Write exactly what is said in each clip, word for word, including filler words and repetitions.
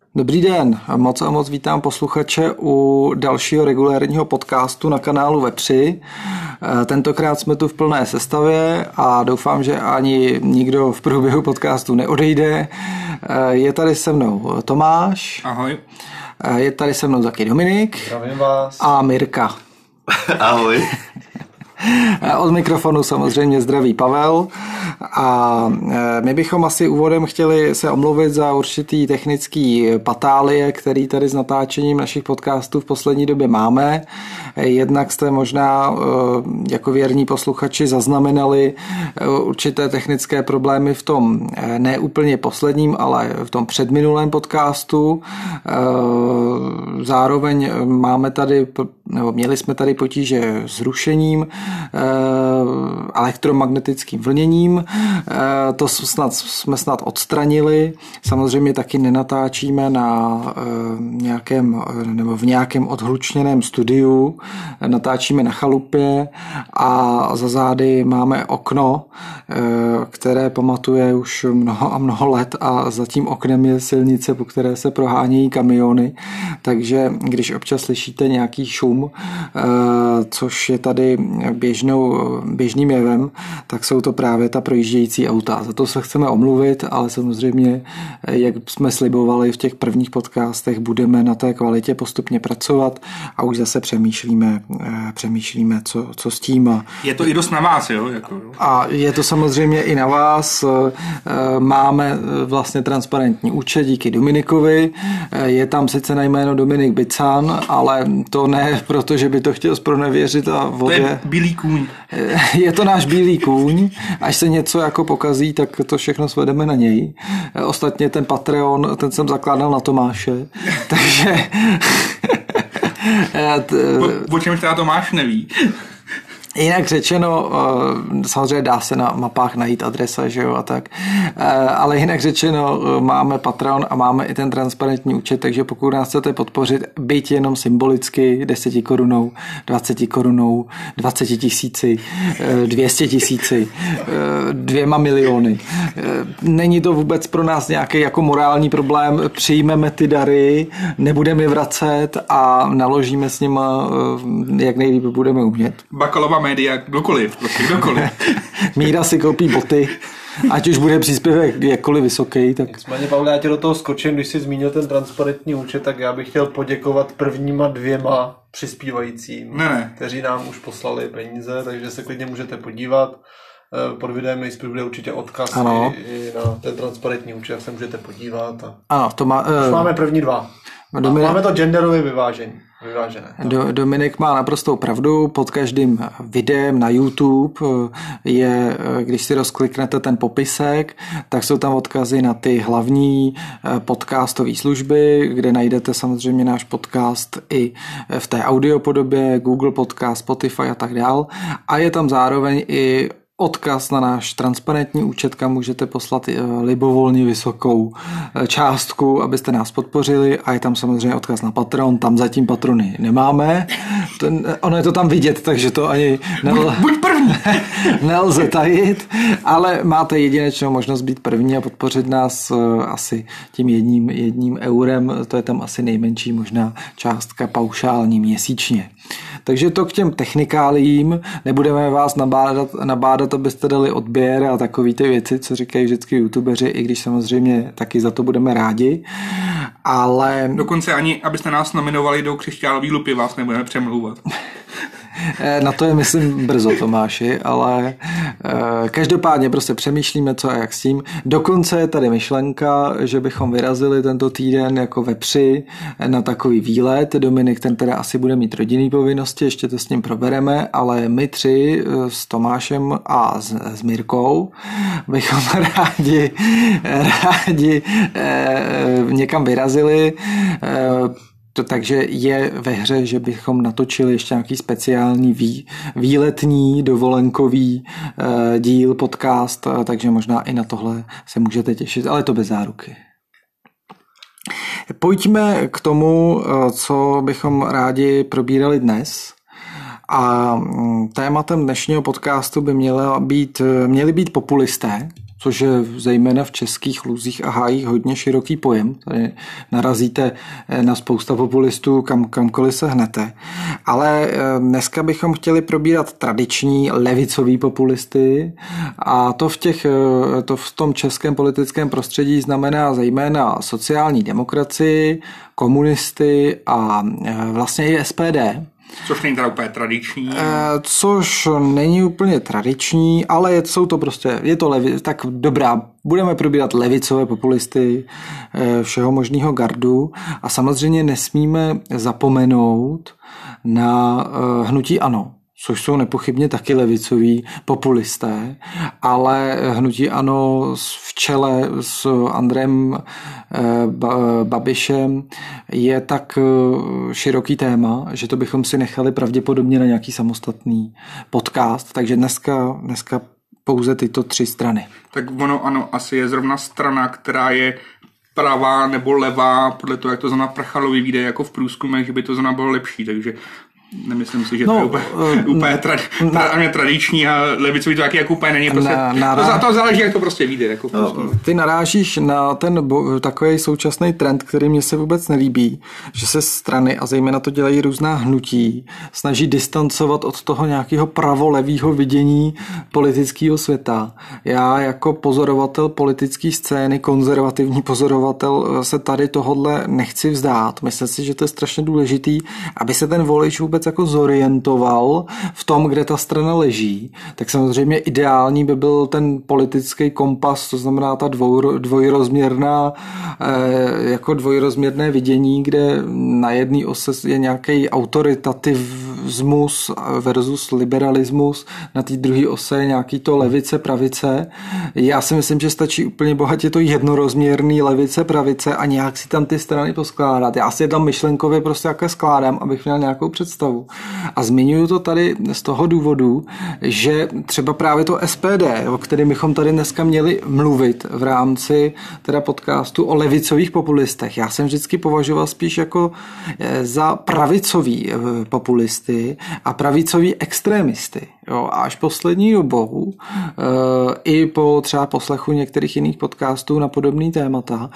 Dobrý den, moc a moc vítám posluchače u dalšího regulérního podcastu na kanálu Vepři. Tentokrát jsme tu v plné sestavě a doufám, že ani nikdo v průběhu podcastu neodejde. Je tady se mnou Tomáš. Ahoj. Je tady se mnou taky Dominik. Zdravím vás. A Mirka. Ahoj. Od mikrofonu samozřejmě zdraví Pavel a my bychom asi úvodem chtěli se omluvit za určitý technický patálie, který tady s natáčením našich podcastů v poslední době máme. Jednak jste možná jako věrní posluchači zaznamenali určité technické problémy v tom neúplně posledním, ale v tom předminulém podcastu. Zároveň máme tady, nebo měli jsme tady potíže s rušením, elektromagnetickým vlněním. To snad, jsme snad odstranili. Samozřejmě taky nenatáčíme na nějakém, nebo v nějakém odhlučněném studiu. Natáčíme na chalupě a za zády máme okno, které pamatuje už mnoho a mnoho let a za tím oknem je silnice, po které se prohánějí kamiony. Takže když občas slyšíte nějaký šum, což je tady běžnou, běžným jevem, tak jsou to právě ta projíždějící auta. Za to se chceme omluvit, ale samozřejmě, jak jsme slibovali v těch prvních podcastech, budeme na té kvalitě postupně pracovat a už zase přemýšlíme, přemýšlíme co, co s tím. A je to i dost na vás, jo? Jako... A je to samozřejmě i na vás. Máme vlastně transparentní účet díky Dominikovi. Je tam sice na jméno Dominik Bican, ale to ne proto, že by to chtěl zpronevěřit a vodě. To je bílý kůň. Je to náš bílý kůň. Až se něco jako pokazí, tak to všechno svedeme na něj. Ostatně ten Patreon, ten jsem zakládal na Tomáše. Takže... O, o čem teda Tomáš neví. Jinak řečeno, samozřejmě dá se na mapách najít adresa, že jo, a tak, ale jinak řečeno máme Patreon a máme i ten transparentní účet, takže pokud nás chcete podpořit, byť jenom symbolicky deseti korunou, dvaceti korunou, dvaceti tisíci, dvě stě tisíci, dvěma miliony. Není to vůbec pro nás nějaký jako morální problém, přijmeme ty dary, nebudeme je vracet a naložíme s nima, jak nejlíp budeme umět. Bakalová média, kdokoliv, prostě kdokoliv. Míra si koupí boty, ať už bude příspěvek jakkoliv vysoký. Tak... Nicméně, Pavle, já tě do toho skočím, když jsi zmínil ten transparentní účet, tak já bych chtěl poděkovat prvníma dvěma přispívajícím, ne, ne. kteří nám už poslali peníze, takže se klidně můžete podívat. Pod videem nejspíš bude určitě odkaz i, i na ten transparentní účet, jak se můžete podívat. A... Ano, to má, uh... už máme první dva. Dominik... Máme to genderově vyvážení. Vyvážené. Do, Dominik má naprostou pravdu, pod každým videem na YouTube je, když si rozkliknete ten popisek, tak jsou tam odkazy na ty hlavní podcastové služby, kde najdete samozřejmě náš podcast i v té audiopodobě, Google Podcast, Spotify a tak dál. A je tam zároveň i odkaz na náš transparentní účet, kam můžete poslat libovolně vysokou částku, abyste nás podpořili, a je tam samozřejmě odkaz na Patreon, tam zatím patrony nemáme. Ten, ono je to tam vidět, takže to ani nelze, buď, buď první. nelze tajit, ale máte jedinečnou možnost být první a podpořit nás asi tím jedním, jedním eurem, to je tam asi nejmenší možná částka paušální měsíčně. Takže to k těm technikálím, nebudeme vás nabádat, nabádat, abyste dali odběr a takový ty věci, co říkají vždycky youtubeři, i když samozřejmě taky za to budeme rádi, ale... Dokonce ani, abyste nás nominovali do křišťálový lupy, vás nebudeme přemlouvat. Na to je, myslím, brzo, Tomáši, ale každopádně prostě přemýšlíme, co a jak s tím. Dokonce je tady myšlenka, že bychom vyrazili tento týden jako Vepři na takový výlet. Dominik, ten teda asi bude mít rodinný povinnosti, ještě to s ním probereme, ale my tři s Tomášem a s, s Mirkou bychom rádi, rádi někam vyrazili. To, takže je ve hře, že bychom natočili ještě nějaký speciální vý, výletní, dovolenkový eh, díl, podcast, eh, takže možná i na tohle se můžete těšit, ale to bez záruky. Pojďme k tomu, eh, co bychom rádi probírali dnes. A tématem dnešního podcastu by měla být, měli být populisté. což je zejména v českých luzích a hájích hodně široký pojem. Tady narazíte na spousta populistů, kam, kamkoliv se hnete. Ale dneska bychom chtěli probírat tradiční levicový populisty a to v, těch, to v tom českém politickém prostředí znamená zejména sociální demokracii, komunisty a vlastně i S P D. Což není teda úplně tradiční. Což není úplně tradiční, ale jsou to prostě, je to levi, tak dobrá, budeme probírat levicové populisty všeho možného gardu a samozřejmě nesmíme zapomenout na hnutí ANO, což jsou nepochybně taky levicoví populisté, ale hnutí ANO v čele s Andrejem Babišem je tak široký téma, že to bychom si nechali pravděpodobně na nějaký samostatný podcast, takže dneska, dneska pouze tyto tři strany. Tak ono ano, asi je zrovna strana, která je pravá nebo levá, podle toho, jak to zrovna Prchalovi vyjde jako v průzkumech, že by to zrovna bylo lepší, takže nemyslím si, že no, to je úplně, uh, úplně tradi, na, tradiční a levicový to taky jako úplně není. Prostě, na, nará... to, to záleží, jak to prostě vyjde. Jako no, ty narážíš na ten bo, takový současný trend, který mně se vůbec nelíbí, že se strany, a zejména to dělají různá hnutí, snaží distancovat od toho nějakého pravolevého vidění politického světa. Já jako pozorovatel politické scény, konzervativní pozorovatel, se tady tohodle nechci vzdát. Myslím si, že to je strašně důležitý, aby se ten volič vůbec jako zorientoval v tom, kde ta strana leží, tak samozřejmě ideální by byl ten politický kompas, to znamená ta dvou, dvojrozměrná, eh, jako dvojrozměrné vidění, kde na jedné ose je nějaký autoritatismus versus liberalismus, na té druhé ose je nějaký to levice, pravice. Já si myslím, že stačí úplně bohatě to jednorozměrný levice, pravice a nějak si tam ty strany poskládat. Já si je tam myšlenkově prostě jaké skládám, abych měl nějakou představu. A zmiňuji to tady z toho důvodu, že třeba právě to S P D, o kterém bychom tady dneska měli mluvit v rámci teda podcastu o levicových populistech. Já jsem vždycky považoval spíš jako za pravicový populisty a pravicový extrémisty. Jo, a až poslední dobou, e, i po třeba poslechu některých jiných podcastů na podobný témata,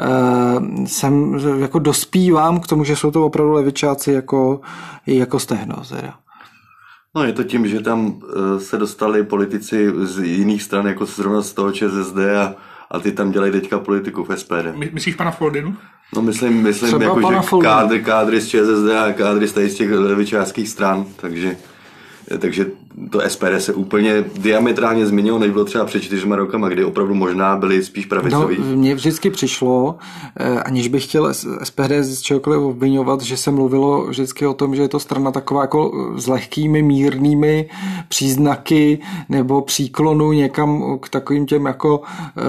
e, jsem jako dospívám k tomu, že jsou to opravdu levičáci jako, jako stehno. Teda. No je to tím, že tam e, se dostali politici z jiných stran, jako zrovna z toho ČSSD a, a ty tam dělají teďka politiku v S P D. My, myslíš pana Foldinu? No myslím, myslím jako, že kádry, kádry z ČSSD a kádry z tady z těch levičářských stran, takže Takže to S P D se úplně diametrálně změnilo, než bylo třeba před čtyřma rokama, kdy opravdu možná byli spíš pravicoví. No, mně vždycky přišlo, aniž bych chtěl S P D z čehokoliv obviňovat, že se mluvilo vždycky o tom, že je to strana taková jako s lehkými, mírnými příznaky nebo příklonu někam k takovým těm jako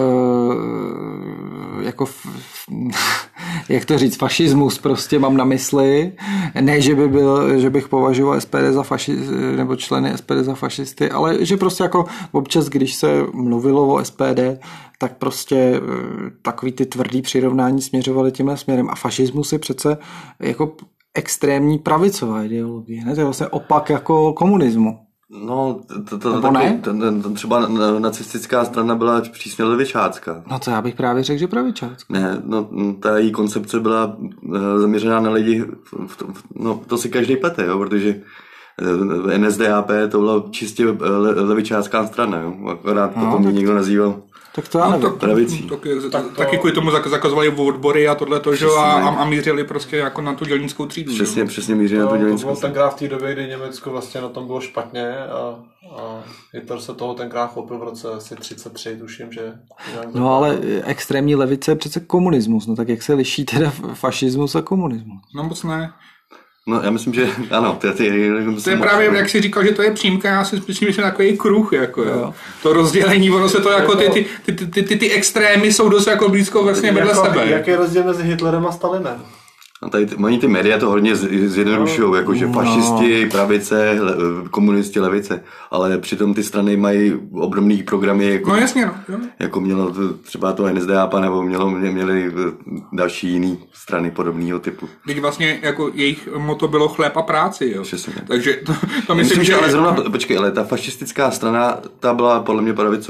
jako jak to říct, fašismus prostě mám na mysli. Ne, že, by byl, že bych považoval S P D za fašisty, nebo členy S P D za fašisty, ale že prostě jako občas, když se mluvilo o S P D, tak prostě takový ty tvrdý přirovnání směřovaly tímhle směrem. A fašismus je přece jako extrémní pravicová ideologie. Ne? To je vlastně opak jako komunismu. No, to, to, to taky, to, to, třeba nacistická strana byla přísně levičácká. No to já bych právě řekl, že pravičácká. Ne, no ta její koncepce byla zaměřená na lidi, no to si každý plete, jo, protože N S D A P to byla čistě levičácká strana, jo, akorát no, potom tak... někdo nazýval. Tak to já nevím. No, tak, pravicí. Tak, tak, tak, to... Taky kvůli tomu zakazovali odbory a tohleto, že a, a mířili prostě jako na tu dělnickou třídu. Přesně, že? přesně mířili no, na tu dělnickou třídu. To byl tenkrát v té době, kdy Německo vlastně na tom bylo špatně a, a Hitler se toho tenkrát chopil v roce asi třicet tři, tuším, že... No ale extrémní levice je přece komunismus, no tak jak se liší teda fašismus a komunismus? No moc ne. No, já myslím, že ano. Ty, ty, to je právě, jak jsi říkal, že to je přímka, já si myslím, že je takový kruh, jako, jo. To rozdělení, ono se to jako, ty, ty, ty, ty, ty, ty extrémy jsou dost jako blízko vlastně vedle jako, sebe. Jaký je rozdíl mezi Hitlerem a Stalinem? A tady oni ty média to hodně zjednodušují, jako že fašisti, pravice, le, komunisti, levice, ale přitom ty strany mají obdobný programy, jako, no, jasně, no, jo. Jako mělo třeba to N S D A P, nebo mělo, měli další jiný strany podobného typu. Teď vlastně jako jejich motto bylo chléb a práci, jo. Přesně. Takže to, to myslím, myslím, že... Ale zrovna, počkej, ale ta fašistická strana, ta byla podle mě pravicová.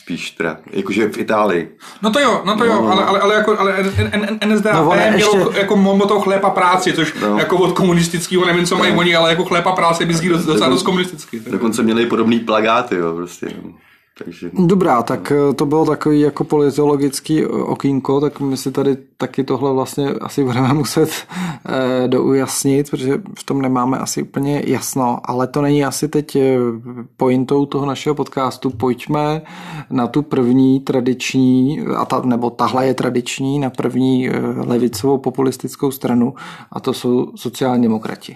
Spíš teda, jakože v Itálii. No to jo, no to jo, no. ale, ale, ale jako ale N S D A P no, mělo ještě... jako moto chléb a práci, což no. jako od komunistického, nevím, co mají no. oni, ale jako chléb a práci by zní docela dost komunistický. Dokonce měli podobný plagáty, jo, prostě. Takže... Dobrá, tak to bylo takový jako politologický okýnko, tak my si tady taky tohle vlastně asi budeme muset eh, doujasnit, protože v tom nemáme asi úplně jasno, ale to není asi teď pointou toho našeho podcastu. Pojďme na tu první tradiční, a ta, nebo tahle je tradiční, na první eh, levicovou populistickou stranu, a to jsou sociální demokrati.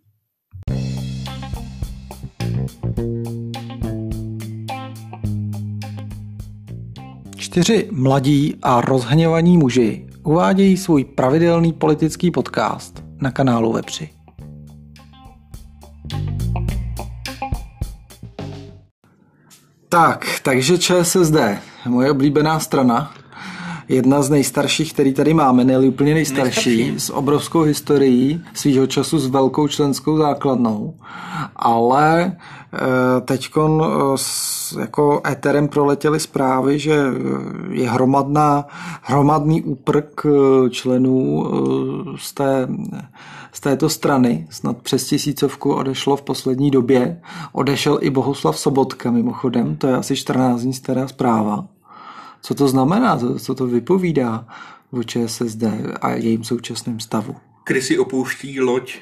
Čtyři mladí a rozhněvaní muži uvádějí svůj pravidelný politický podcast na kanálu Vepři. Tak, takže ČSSD, moje oblíbená strana, jedna z nejstarších, který tady máme, ne úplně nejstarší, nejstarší, s obrovskou historií, svýho času s velkou členskou základnou, ale teďkon jako éterem proletěly zprávy, že je hromadná, hromadný úprk členů z, té, z této strany, snad přes tisícovku odešlo v poslední době, odešel i Bohuslav Sobotka mimochodem, to je asi čtrnáct dní stará zpráva. Co to znamená, co to vypovídá o ČSSD a jejím současném stavu? Krysy opouští loď.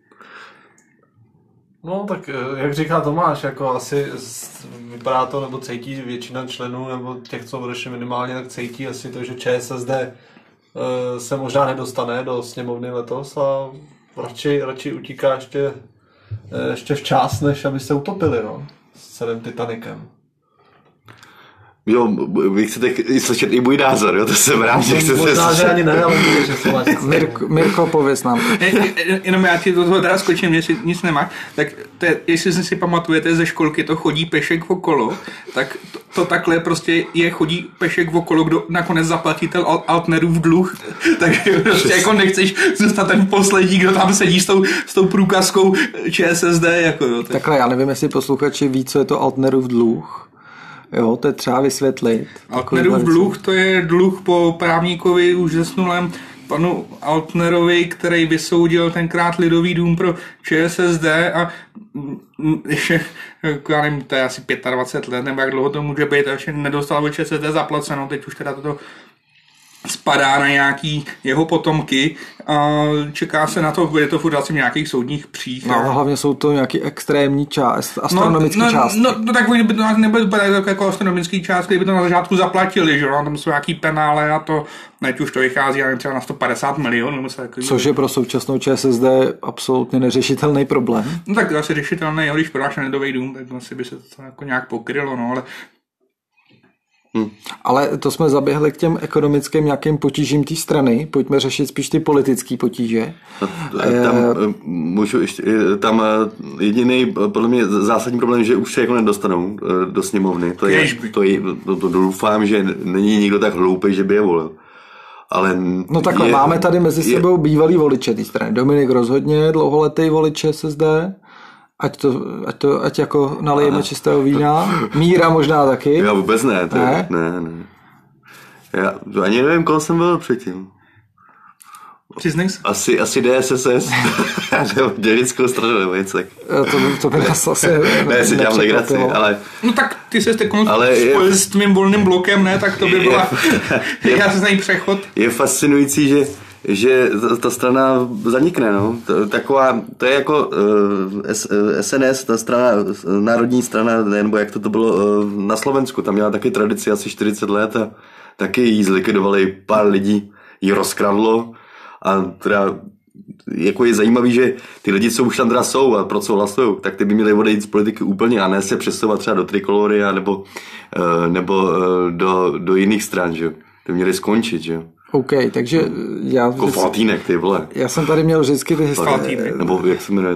No tak jak říká Tomáš, jako asi vypadá to, nebo cítí většina členů, nebo těch, co odešli minimálně, tak cítí asi to, že ČSSD se možná nedostane do sněmovny letos a radši, radši utíká ještě, ještě včas, než aby se utopili, no, s celým Titanikem. Jo, vy chcete slyšet i můj názor, jo, to jsem rád, že chcete... Možná, že ani ne, ale můžeš souhlasit. Mirko, Mirko, pověz nám. Jenom já ti do toho teda skočím, jestli nic nemáš, tak to je, jestli si pamatujete ze školky, to chodí pešek okolo, tak to, to takhle prostě je chodí pešek okolo, kdo nakonec zaplatí ten Altnerův dluh, takže prostě jako nechceš zůstat ten poslední, kdo tam sedí s tou, s tou průkazkou ČSSD, jako jo. Tak. Takhle, já nevím, jestli posluchači ví, co je to Altnerův dluh. Jo, to je třeba vysvětlit. Altnerův dluh, to je dluh po právníkovi už zesnulém panu Altnerovi, který vysoudil tenkrát Lidový dům pro ČSSD a ještě, já nevím, to je asi dvacet pět let, nebo jak dlouho to může být, a ještě nedostal od ČSSD zaplaceno, teď už teda toto spadá na nějaký jeho potomky a čeká se na to, je to furt asi v nějakých soudních přích. No, ale hlavně jsou to nějaký extrémní část, astronomický no, no, částky. No, no tak oni by to nebyly jako astronomický částky, kdyby to na začátku zaplatili, že jo, tam jsou nějaký penále a to, teď už to vychází třeba na sto padesát milionů. Což je pro současnou ČSSD absolutně neřešitelný problém. No tak asi řešitelný, jo, když prodáš Lidový dům, tak asi by se to jako nějak pokrylo, no, ale Hmm. Ale to jsme zaběhli k těm ekonomickým nějakým potížím té strany. Pojďme řešit spíš ty politické potíže. Tam, e... můžu ještě, tam jediný podle mě zásadní problém, že už se jako nedostanou do sněmovny. To je, to, je, to, to doufám, že není nikdo tak hloupý, že by je volil. Ale no takhle, je, máme tady mezi je, sebou bývalý voliče té strany. Dominik rozhodně, dlouholetý volič ČSSD. Ať to, ať to, ať jako nalijeme čistého vína. Míra možná taky. Já vůbec ne. To, ne? ne, ne. Já ani nevím, koho jsem byl předtím. Přiznej se. Asi, asi D S S S. Nebo dělickou stranu nebo něco. To, to by nás asi ne, si dělám legraci, ale... No tak ty se teď spojil s tvým volným blokem, ne? Tak to by byla jasný přechod. Je fascinující, že že ta strana zanikne, no. Taková, to je jako uh, S N S, ta strana, národní strana, nebo jak to, to bylo uh, na Slovensku, tam měla taky tradici asi čtyřicet let a taky jí zlikvidovali pár lidí, jí rozkradlo a teda jako je zajímavý, že ty lidi, co už tam teda jsou a pro co hlasují, tak ty by měli odejít z politiky úplně a ne se přesouvat třeba do Trikolory a nebo, uh, nebo uh, do, do jiných stran, že jo. Ty měli skončit, že jo. OK, takže já... Jako Faltýnek, ty vole. Já jsem tady měl vždycky ty historie. Nebo jak se jmenuje ten...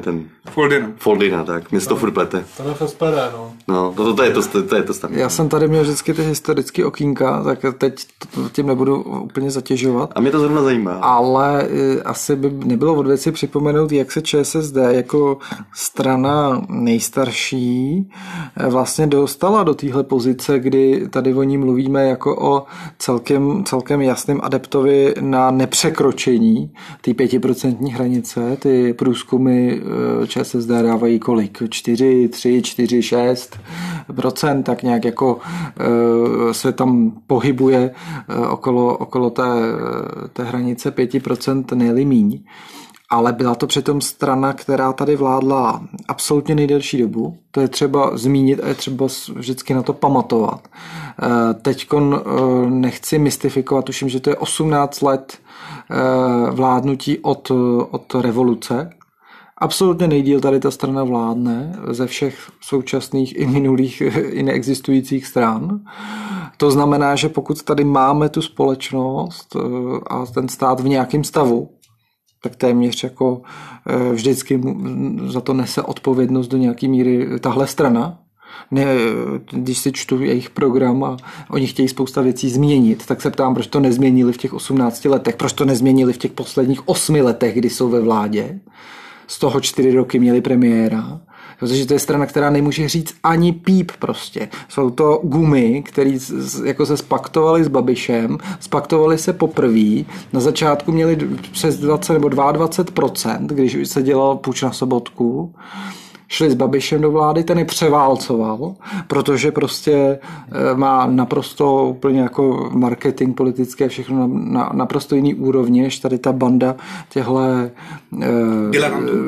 Foldina. Foldina, tak. Mě to furt plete. To je v S P D, no. No, to, to, to je to, to, to je to stav. Já jsem tady měl vždycky ty historické okýnka, tak teď tím nebudu úplně zatěžovat. A mě to zrovna zajímá. Ale asi by nebylo od věci připomenout, jak se ČSSD jako strana nejstarší vlastně dostala do téhle pozice, kdy tady o ní mluvíme jako o celkem, celkem jasným adeptovi na nepřekročení té pětiprocentní hranice. Ty průzkumy ČSSD dávají kolik? čtyři, tři, čtyři, šest procent, tak nějak jako se tam pohybuje okolo, okolo té, té hranice pět procent, nejli míň. Ale byla to přitom strana, která tady vládla absolutně nejdelší dobu. To je třeba zmínit a je třeba vždycky na to pamatovat. Teďkon nechci mystifikovat, tuším, že to je osmnáct let vládnutí od, od revoluce. Absolutně nejdýl tady ta strana vládne ze všech současných i minulých i neexistujících stran. To znamená, že pokud tady máme tu společnost a ten stát v nějakém stavu, tak téměř jako vždycky za to nese odpovědnost do nějaké míry tahle strana. Ne, když si čtu jejich program a oni chtějí spousta věcí změnit, tak se ptám, proč to nezměnili v těch osmnácti letech, proč to nezměnili v těch posledních osmi letech, kdy jsou ve vládě. Z toho čtyři roky měli premiéra, protože to je strana, která nemůže říct ani píp prostě. Jsou to gumy, který jako se spaktovali s Babišem, spaktovali se poprvé, na začátku měli přes dvacet nebo dvacet dva procent, když se dělal půjč na Sobotku, šli s Babišem do vlády, ten je převálcoval, protože prostě má naprosto úplně jako marketing politické všechno na, na naprosto jiný úrovni, než tady ta banda těhle eh,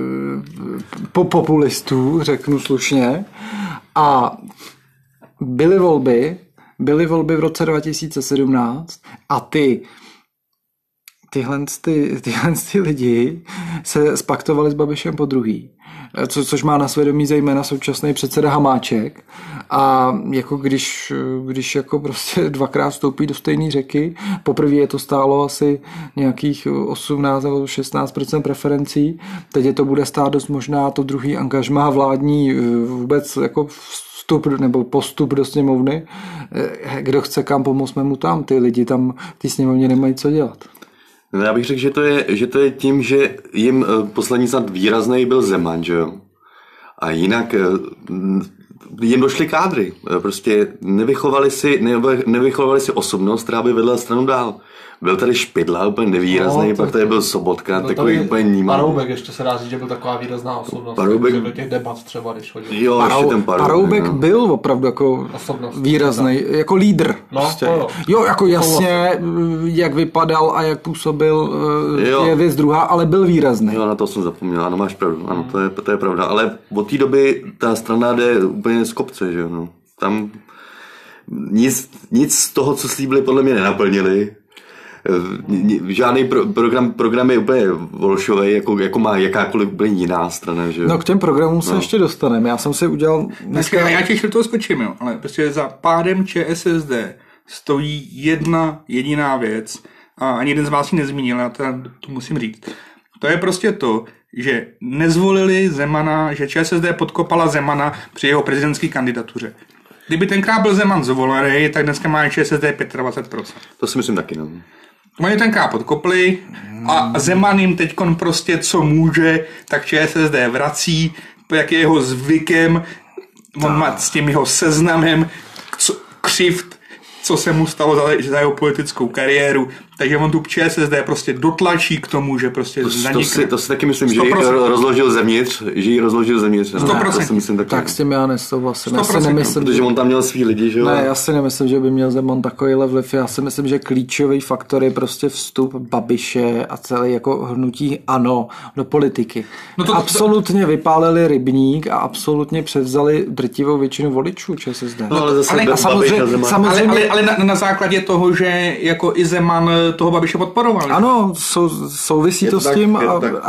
po, populistů, řeknu slušně. A byly volby, byly volby v roce dva tisíce sedmnáct a ty tyhle, ty, tyhle ty lidi se spaktovali s Babišem po druhý. Co, což má na svědomí zejména současný předseda Hamáček. A jako když, když jako prostě dvakrát vstoupí do stejné řeky, poprvé je to stálo asi nějakých osmnáct nebo šestnáct procent preferencí, teď je to bude stát dost možná to druhý angažmá vládní vůbec jako vstup nebo postup do sněmovny. Kdo chce kam pomoct, mu tam. Ty lidi tam v té sněmovně nemají co dělat. Já bych řekl, že to je, že to je tím, že jim poslední snad výrazný byl Zeman, že jo. A jinak jim došly kádry. Prostě nevychovali si, nevychovali si osobnost, která by vedla stranu dál. Byl tady Špidla, úplně nevýrazný, no, pak tady byl Sobotka, no, takový úplně nímavý. Paroubek ještě se dá říct, že byl taková výrazná osobnost. Paroubek... Do těch debat třeba, když chodil. Jo, Parou... ještě ten Paroubek. Paroubek no. byl opravdu jako osobnost, výrazný, tak. Jako lídr. No, prostě. no, jo, jako jasně, jak vypadal a jak působil, jo. Je věc druhá, ale byl výrazný. Jo, na to jsem zapomněl, ano, máš pravdu, ano, hmm. to, je, to je pravda. Ale od té doby ta strana jde úplně z kopce, že jo, no. Tam nic, nic z toho, co slíbili, podle mě nenaplnili. Žádný pro, program, program je úplně volšovej, jako, jako má jakákoliv úplně jiná strana. Že? No k těm programům se no. ještě dostaneme. Já jsem si udělal... Dneska... Já těšil toho skočím, jo, ale prostě za pádem ČSSD stojí jedna jediná věc a ani jeden z vás ji nezmínil, já to, to musím říct. To je prostě to, že nezvolili Zemana, že ČSSD podkopala Zemana při jeho prezidentské kandidatuře. Kdyby tenkrát byl Zeman zvolený, tak dneska má ČSSD dvacet pět procent. To si myslím taky, no. Oni tenkrát podkopli a Zeman jim teďkon prostě co může, tak ČSSD vrací, jak je jeho zvykem, on má s tím jeho seznamem křivt, co se mu stalo za, za jeho politickou kariéru, takže on tu ČSSD prostě dotlačí k tomu, že prostě to, zanikne. To si, to si taky myslím, sto procent. Že ji rozložil zevnitř, že ji rozložil zevnitř. sto procent. To si myslím taky. Tak s tím já nesouhlasím. Já si nemyslím, protože on tam měl svý lidi, že jo? Ne, já si nemyslím, že by měl Zeman takovýhle vliv. Já si myslím, že klíčový faktor je prostě vstup Babiše a celé jako hnutí ANO do politiky. No to, absolutně to, to... vypálili rybník a absolutně převzali drtivou většinu voličů ČSSD. No, ale zase ale, a samozřejmě, samozřejmě ale, ale, ale na, na základě toho, že jako i Zeman toho Babiše podporoval. Ano, sou, souvisí to, to s tím. Tak, a, tak. Ano,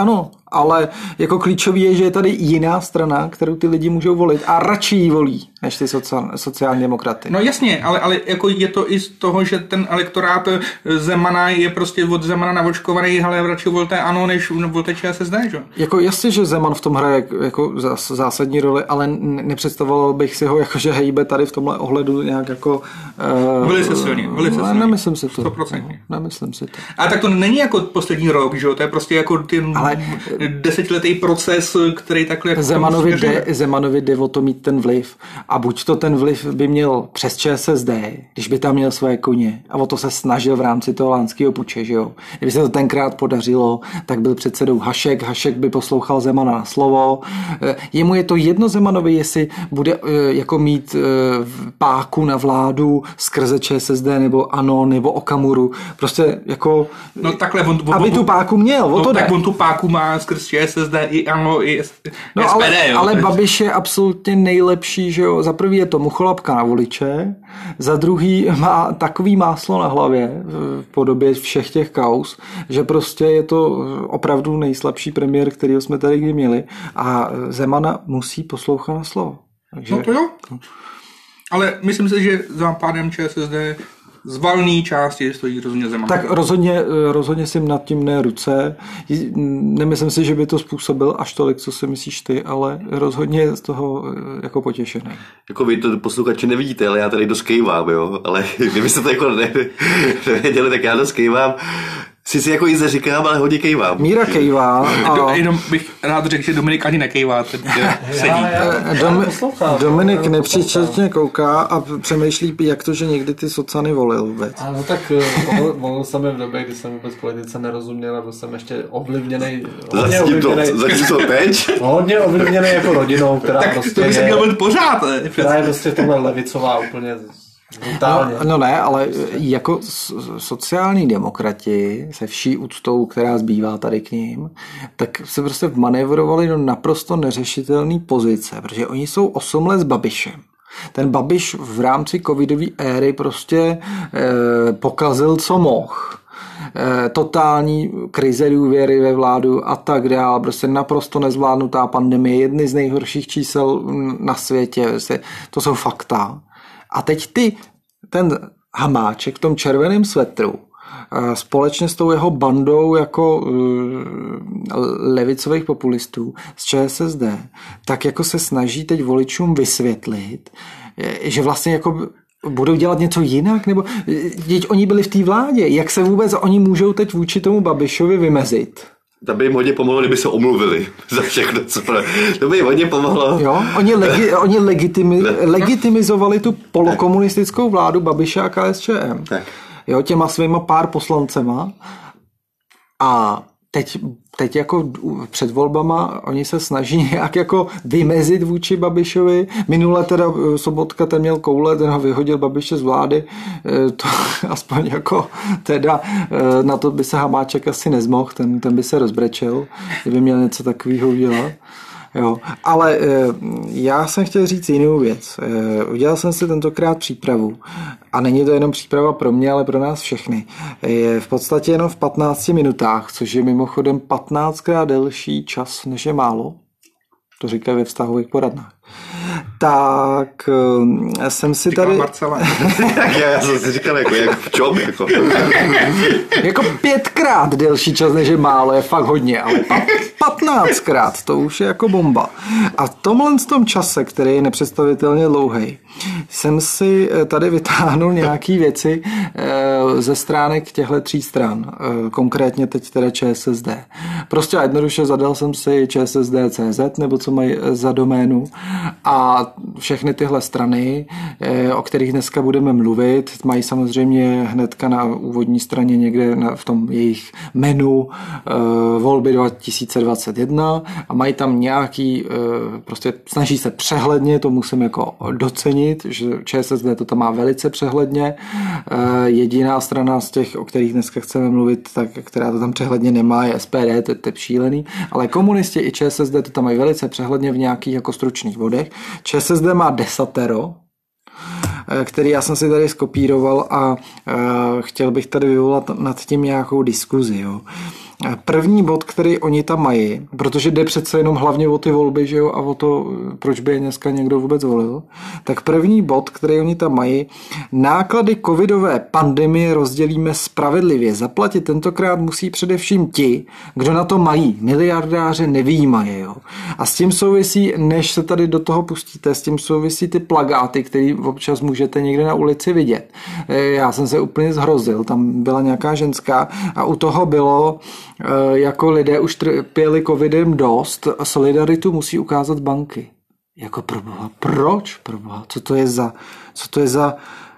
ale jako klíčový je, že je tady jiná strana, kterou ty lidi můžou volit a radši ji volí, než ty sociál, sociální demokraty. No jasně, ale, ale jako je to i z toho, že ten elektorát Zemana je prostě od Zemana navočkovaný, ale radši volte ANO, než volte ČSSD, že? Jako jasně, že Zeman v tom hraje jako zásadní roli, ale nepředstavoval bych si ho jako, že hejbe tady v tomhle ohledu nějak jako... Uh, velice silně, velice silně. Nemyslím si to. sto procent. Nemyslím si to. A tak to není jako poslední rok, že jo? To je prostě jako ten ale, desetiletý proces, který takhle... Jako Zemanovi, jde, Zemanovi jde o to mít ten vliv. A buď to ten vliv by měl přes ČSSD, když by tam měl své koně. A o to se snažil v rámci toho lánského puče, že jo? Kdyby se to tenkrát podařilo, tak byl předsedou Hašek. Hašek by poslouchal Zemana na slovo. Jemu je to jedno Zemanovi, jestli bude jako mít páku na vládu skrze ČSSD nebo ANO nebo Okamuru. Prostě jako... No takhle on, on, aby on, tu páku měl, o no, to tak jde. on tu páku má skrz ČSSD i ANO i S P D, no, ale, jo, ale Babiš je absolutně nejlepší, že jo. Za prvý je to mucholapka na voliče, za druhý má takový máslo na hlavě v podobě všech těch kauz, že prostě je to opravdu nejslabší premiér, kterýho jsme tady kdy měli a Zemana musí poslouchat na slovo. Takže... No to jo. Ale myslím si, že za pádem ČSSD z valné části stojí rozhodně Zeman. Tak rozhodně, rozhodně si nad tím ne ruce. Nemyslím si, že by to způsobil až tolik, co si myslíš ty, ale rozhodně z toho jako potěšený. Jako vy to posluchači nevidíte, ale já tady dost kejvám, jo. Ale kdybyste to jako ne, nevěděli, tak já dost kejvám. Sice jako jízde říkám, ale hodně kejvá. Míra kejvá. A... Do, jenom bych rád řekl, že Dominik ani nekejvá. Teď sedí. Já, já, Dom, já Dominik nepříčetně kouká a přemýšlí, jak to, že někdy ty socany volil vůbec. Ano, tak volil jsem v době, kdy jsem vůbec politice nerozuměl a byl jsem ještě ovlivněný. Hodně ovlivněný. Zatím to teď? Hodně ovlivněný jako rodinou, která tak prostě to by se měl být pořád. Ne? Která je prostě tohle levicová úplně... No, no ne, ale jako sociální demokrati se vší úctou, která zbývá tady k ním, tak se prostě vmanévrovali do naprosto neřešitelné pozice, protože oni jsou osm let s Babišem. Ten Babiš v rámci covidové éry prostě eh, pokazil, co mohl. Eh, totální krize důvěry ve vládu a tak dále. Prostě naprosto nezvládnutá pandemie, jedny z nejhorších čísel na světě. To jsou fakta. A teď ty, ten Hamáček v tom červeném svetru společně s tou jeho bandou jako levicových populistů z ČSSD, tak jako se snaží teď voličům vysvětlit, že vlastně jako budou dělat něco jinak, nebo teď oni byli v té vládě, jak se vůbec oni můžou teď vůči tomu Babišovi vymezit? To by jim hodně pomohlo, kdyby se omluvili za všechno, co to by jim hodně pomohlo. Jo, oni, legi, oni legitimi, legitimizovali tu polokomunistickou vládu Babiše a K S Č M. Tak. Jo, těma svýma pár poslancema a teď, teď jako před volbama oni se snaží nějak jako vymezit vůči Babišovi. Minule teda Sobotka ten měl koule, ten ho vyhodil Babiše z vlády. To aspoň jako teda na to by se Hamáček asi nezmohl, ten, ten by se rozbrečel, kdyby měl něco takového udělat. Jo, ale já jsem chtěl říct jinou věc. Udělal jsem si tentokrát přípravu a není to jenom příprava pro mě, ale pro nás všechny. Je v podstatě jenom v patnácti minutách, což je mimochodem patnáctkrát delší čas, než je málo. To říkají ve vztahových poradnách. Tak jsem si říkal tady... Marcela. Já jsem si říkal, jako, jak v čom? Jako. jako pětkrát delší čas, než je málo, je fakt hodně, ale patnáctkrát, to už je jako bomba. A v tomhle z tom čase, který je nepředstavitelně dlouhý, jsem si tady vytáhnul nějaký věci ze stránek těchto tří stran, konkrétně teď teda ČSSD. Prostě a jednoduše zadal jsem si ČSSD tečka cé zet, nebo co mají za doménu, a všechny tyhle strany, o kterých dneska budeme mluvit, mají samozřejmě hnedka na úvodní straně někde v tom jejich menu volby dva tisíce dvacet jedna a mají tam nějaký, prostě snaží se přehledně, to musím jako docenit, že ČSSD to tam má velice přehledně. Jediná strana z těch, o kterých dneska chceme mluvit, tak, která to tam přehledně nemá, je S P D, to, to je šílený, ale komunisti i ČSSD to tam mají velice přehledně v nějakých jako stručných bodech. ČSSD má desatero, který já jsem si tady skopíroval a chtěl bych tady vyvolat nad tím nějakou diskuzi. Jo. První bod, který oni tam mají, protože jde přece jenom hlavně o ty volby, že jo, a o to, proč by je dneska někdo vůbec volil, tak první bod, který oni tam mají, náklady covidové pandemie rozdělíme spravedlivě. Zaplatit tentokrát musí především ti, kdo na to mají. Miliardáře nevyjímají, jo. A s tím souvisí, než se tady do toho pustíte, s tím souvisí ty plakáty, které občas můžete někde na ulici vidět. Já jsem se úplně zhrozil, tam byla nějaká ženská a u toho bylo, jako lidé už trpěli covidem dost, solidaritu musí ukázat banky. Jako proboha, proč proboha? Co to je za, co to je za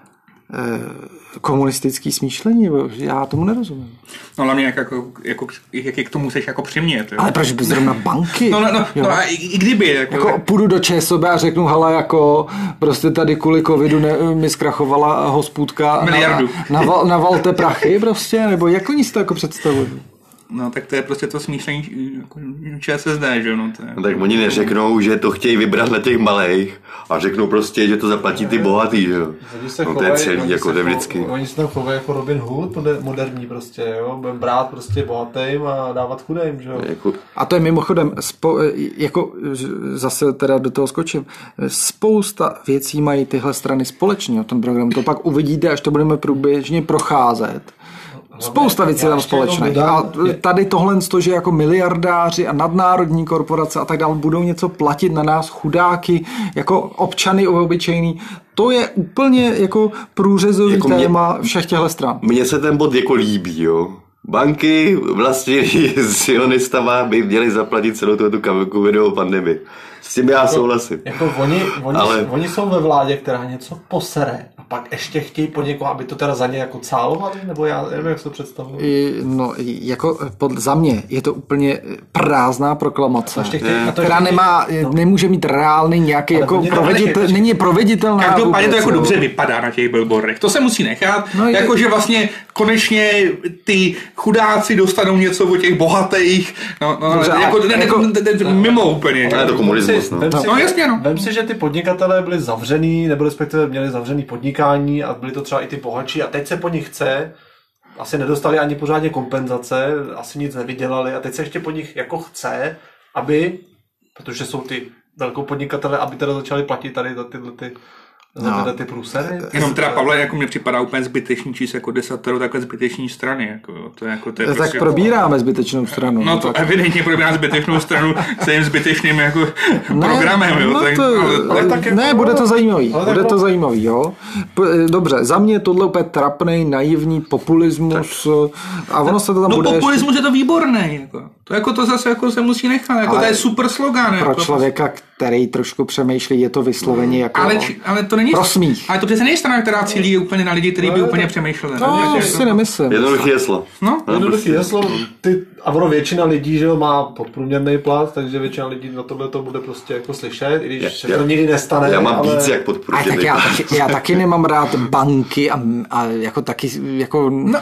komunistický smýšlení, já tomu nerozumím. No hlavně jak, jako, jako, jak, jak to musíš jako přimět. Jo? Ale proč by zrovna banky? No, no, no, no a i, i kdyby. Jako, jako půjdu do ČSOB a řeknu, hele, jako prostě tady kvůli covidu ne, mi zkrachovala hospůdka. Miliardu. Na, na, navalte prachy prostě, nebo jak oni si to jako představují? No tak to je prostě to smýšlení jako ČSSD, že no. To je... No, tak oni neřeknou, že to chtějí vybrat na těch malých a řeknou prostě, že to zaplatí ty bohatý, že jo. No to je celý, jako to vždycky. Oni se tam chovají jako Robin Hood, moderní prostě, jo. Budeme brát prostě bohatým a dávat chudým, že jo. Jako... A to je mimochodem, spo, jako zase teda do toho skočím, spousta věcí mají tyhle strany společně o tom programu, to pak uvidíte, až to budeme průběžně procházet. Spousta věcí tam společných. A tady tohle, že jako miliardáři a nadnárodní korporace a tak dále budou něco platit na nás chudáky, jako občany obyčejný, to je úplně jako průřezový jako téma mě, všech těchto stran. Mně se ten bod jako líbí, jo. Banky vlastně s sionistama by měli zaplatit celou tu covidovou pandemii. S tím já souhlasím. Jako oni, oni, ale... oni jsou ve vládě, která něco posere a pak ještě chtějí po někoho, aby to teda za ně jako cálovali, nebo já nevím, jak se to představuji. No, jako pod, za mě je to úplně prázdná proklamace, chtějí, která nemá, no. nemůže mít reálný nějaký, ale jako proveditelný, není proveditelná. Každopádně to jako dobře vypadá na těch billboardech. To se musí nechat, no, jakože je... vlastně konečně ty chudáci dostanou něco od těch bohatých, no, no dobře, jako, ne, jako ne, ne, mimo úplně. Ale to komunismus. No. Vem si, no jasně, no. Vem si, že ty podnikatelé byli zavřený, nebo respektive měli zavřený podnikání a byli to třeba i ty bohatší a teď se po nich chce, asi nedostali ani pořádně kompenzace, asi nic nevydělali a teď se ještě po nich jako chce, aby, protože jsou ty velkou podnikatelé, aby teda začali platit tady za tyhle ty za no. ty průsery. Jenom teda, Pavle, jako mě připadá úplně zbytečný číst jako desatero takhle zbytečný strany. Jako, to je jako, to je tak prostě probíráme jako... zbytečnou stranu. No to tak. Evidentně probíráme zbytečnou stranu s tím zbytečným jako ne, programem. Jo, no tak, to, ale, ale tak jako, ne, bude to zajímavý. Bude jako... to zajímavý, jo. Dobře, za mě tohle úplně trapnej, naivní populismus tak. A ono se to tam no, bude... No populismus ještě... je to výborný. Jako. To jako to zase jako se musí nechat. Jako, to je super slogan. Pro jako, člověka, který trošku přemýšlí, je to vysloveně jako ale, ale to není prosmích. Ale to přece není strana, která cílí úplně na lidi, kteří no, by úplně přemýšleli. No, to si nemyslím. Jednoduchý heslo. No, jednoduchý heslo. Ty, a ono většina lidí, že má podprůměrný plat, takže většina lidí na tohle to bude prostě jako slyšet, i když já, se to nikdy nestane. Já mám ale... víc jak podprůměrný tak já, taky, já taky nemám rád banky a, a jako taky jako no.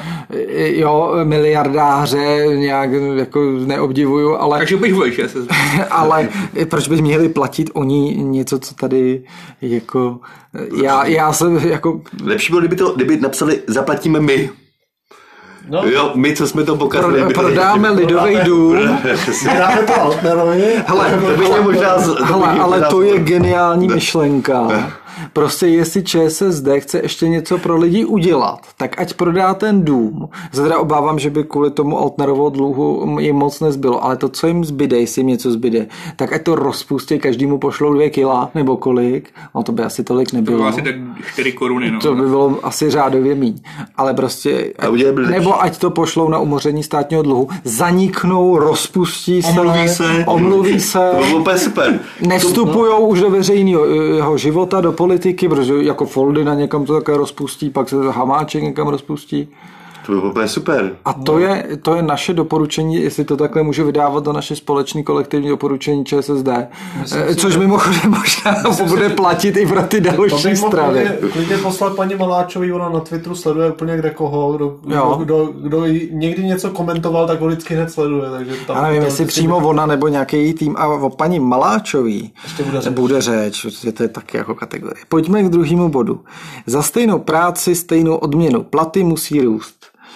jo, miliardáře nějak jako neobdivuju, ale... Takže bych vojš, já se ale proč by měli platit oni něco, co tady jako... Já, já jsem jako... Lepší bylo, kdyby to kdyby napsali zaplatíme my. No. Jo, my, co jsme to pokazali. Pro, prodáme lidový dům. Dáme to Altnerovi. Hele, hele, ale to je geniální myšlenka. Prostě jestli ČSSD chce ještě něco pro lidi udělat, tak ať prodá ten dům. Zadra obávám, že by kvůli tomu Altnerovo dluhu jim moc nezbylo, ale to, co jim zbyde, jestli jim něco zbyde, tak ať to rozpustí, každému pošlou dvě kila, nebo kolik, no to by asi tolik nebylo. To by asi tak čtyři koruny, no. To by bylo asi řádově míň. Ale prostě, ať, nebo ať to pošlou na umoření státního dluhu, zaniknou, rozpustí se, omluví se, omluví se, super. nevstupujou už do veřejného života, do politiky, protože jako Foldina někam to také rozpustí, pak se Hamáček někam rozpustí. To by bylo super. A to, no. je, to je naše doporučení, jestli to takhle může vydávat do naše společné kolektivní doporučení ČSSD. Myslím což si, mimochodem možná bude platit i pro ty další strany. Klidně poslat paní Maláčový, ona na Twitteru sleduje úplně kde koho, kdo, kdo, kdo, kdo někdy něco komentoval, tak ho vždycky hned sleduje. Takže tam já nevím, jestli přímo bude... ona nebo nějaký její tým. A o paní Maláčový bude řeč. bude řeč, protože to je taky jako kategorie. Pojďme k druhému bodu. Za stejnou práci, stejnou odměnu. Platy musí růst.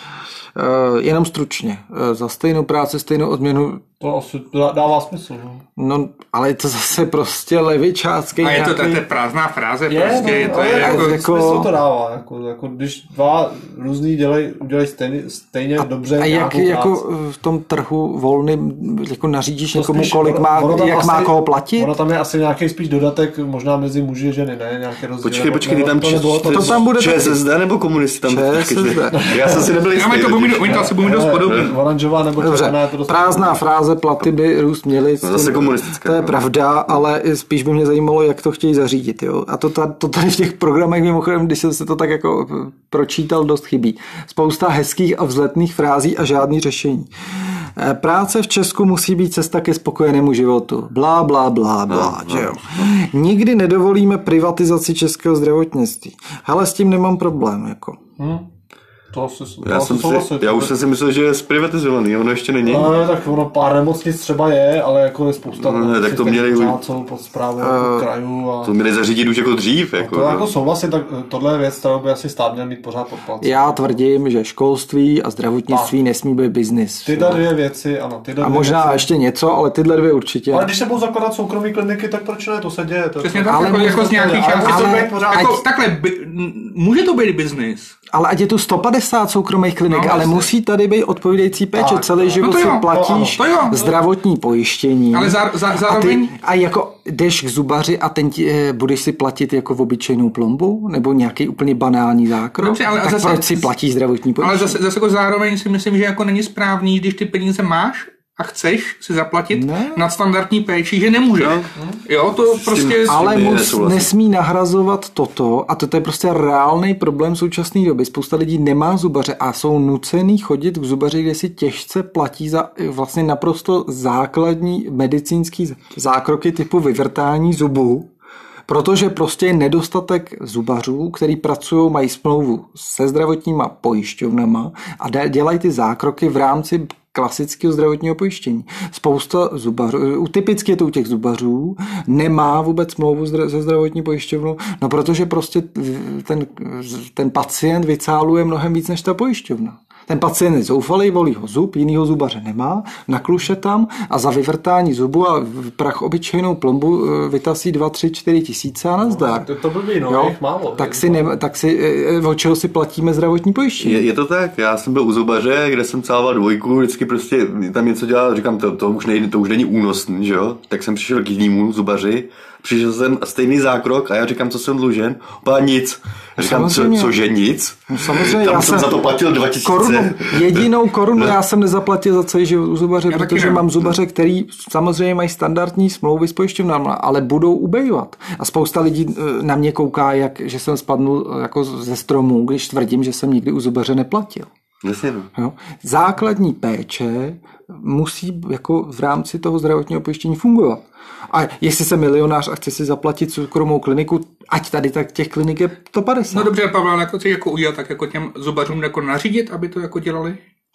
jenom stručně. Za stejnou práci, stejnou odměnu. To asi dává smysl. No, no ale je to zase prostě levičácký. A je to nějaký... prázdná fráze, je, prostě. No, je to je, jako... jako... Smysl to dává. Jako, jako, když dva různý dělají dělej stejně, stejně a, dobře. A jak jako v tom trhu volným jako nařídíš to někomu, spíš, kolik má, jak asi, má koho platit? Ono tam je asi nějaký spíš dodatek, možná mezi muži a ženy, ne? Nějaký rozdíl. Počkej, počkej, ty tam to, to, to, to tam bude ČSSD nebo komunisti tam? ČSSD. Já jsem si nebyl jistý. Oni to asi budou dost podobný. Oranžová nebo červená. Prázdná fráze, platy by růst měly. Zase komunistická. To je pravda, ale spíš by mě zajímalo, jak to chtějí zařídit. Jo? A to, to tady v těch programech mimochodem, když jsem se to tak jako pročítal, dost chybí. Spousta hezkých a vzletných frází a žádný řešení. Práce v Česku musí být cesta ke spokojenému životu. Blá, blá, blá, blá. No, no, no. Nikdy nedovolíme privatizaci českého zdravotnictví. Hele, s tím nemám problém. Jako. Hmm. To asi, to já, asi jsem si, já už jsem si myslel, že je zprivatizovaný, ono ještě není. No, tak ono pár nemocnic třeba je, ale jako je spousta no, tak to měli pořád jsou pod správou uh, krajů. A... To měli zařídit už jako dřív. Jako, to jako souhlasím, tak tohle je věc, kterou by asi stát měl mít pořád pod palcem. Já tvrdím, že školství a zdravotnictví a. nesmí být biznis. Tyhle dvě věci, ano. Tyhle a možná věci. ještě něco, ale tyhle dvě určitě. Ale když se budou zakládat soukromé kliniky, tak proč ne, to se děje. To přesně tak, ale jako, jako z nějakých částí. Jako, takhle, může to být biznis. Ale ať je tu sto padesát soukromých klinik, no, ale vlastně. Musí tady být odpovídající péče. Tak, celý život no si platíš to, to zdravotní pojištění. Ale za, za, zároveň... A, ty, a jako jdeš k zubaři a ten ti, eh, budeš si platit jako v obyčejnou plombu? Nebo nějaký úplně banální zákrok? Dobře, ale tak zase, proč si platíš zdravotní pojištění? Ale zase, zase jako zároveň si myslím, že jako není správný, když ty peníze máš a chceš si zaplatit ne. nadstandardní péči, že nemůže. No. Jo, to s prostě... Tím, ale mus, nesmí nahrazovat toto a toto je prostě reálný problém současné doby. Spousta lidí nemá zubaře a jsou nucený chodit k zubaři, kde si těžce platí za vlastně naprosto základní medicínský zákroky typu vyvrtání zubů, protože prostě je nedostatek zubařů, který pracují, mají smlouvu se zdravotníma pojišťovnama a dělají ty zákroky v rámci klasického zdravotního pojištění. Spousta zubařů, typicky je to u těch zubařů, nemá vůbec smlouvu se zdravotní pojišťovnou, no protože prostě ten, ten pacient vycáluje mnohem víc než ta pojišťovna. Ten pacient je zoufalý, volí ho zub, jinýho zubaře nemá, nakluše tam a za vyvrtání zubu a prach obyčejnou plombu vytasí dva, tři, čtyři tisíce a nazdar. No, to, to blbý, no, jo? Jich málo. Tak si, ne, tak si, od čeho si platíme zdravotní pojištění? Je, je to tak, já jsem byl u zubaře, kde jsem cával dvojku, vždycky prostě tam něco dělal, říkám, to, to, už, nejde, to už není únosný, že jo? Tak jsem přišel k jinému zubaři, přišel jsem stejný zákrok a já říkám, co jsem dlužen? Opa, nic. Říkám, co, cože nic? No, samozřejmě, tam já jsem za to platil dva tisíce. Korunu, jedinou korunu já jsem nezaplatil za celý život u zubaře, já protože mám zubaře, který samozřejmě mají standardní smlouvy s pojišťovnami, ale budou ubejvat. A spousta lidí na mě kouká, jak, že jsem spadnul jako ze stromu, když tvrdím, že jsem nikdy u zubaře neplatil. Jasně. Jo? Základní péče musí jako v rámci toho zdravotního pojištění fungovat. A jestli jsem milionář a chci si zaplatit soukromou kliniku, ať tady tak těch klinik je sto padesát. No dobře, Pavel, jak to chci jako udělat, tak jako těm zubařům jako nařídit, aby to jako dělali?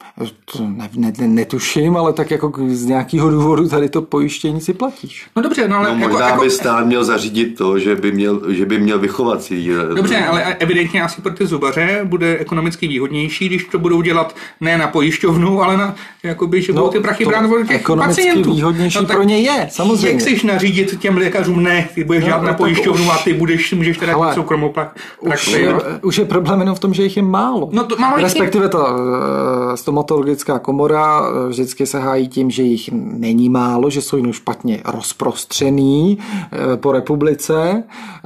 To ne, ne, netuším, ale tak jako z nějakého důvodu tady to pojištění si platíš. No dobře, no ale... No, jako, možná jako, by stát měl zařídit to, že by měl, že by měl vychovací. Dobře, ale evidentně asi pro ty zubaře bude ekonomicky výhodnější, když to budou dělat ne na pojišťovnu, ale na, jakoby, že no, budou ty prachy brát od těch ekonomicky pacientů. Výhodnější no, pro ně je, samozřejmě. Jak chceš nařídit těm lékařům, ne, ty budeš no, dělat na pojišťovnu už... a ty budeš, můžeš teda ale, soukromou praxi. Už, už je problém jenom v tom, že jich je málo. No to málo. Respektive ta uh, stomatologická komora vždycky se hájí tím, že jich není málo, že jsou jenom špatně rozprostřený po republice,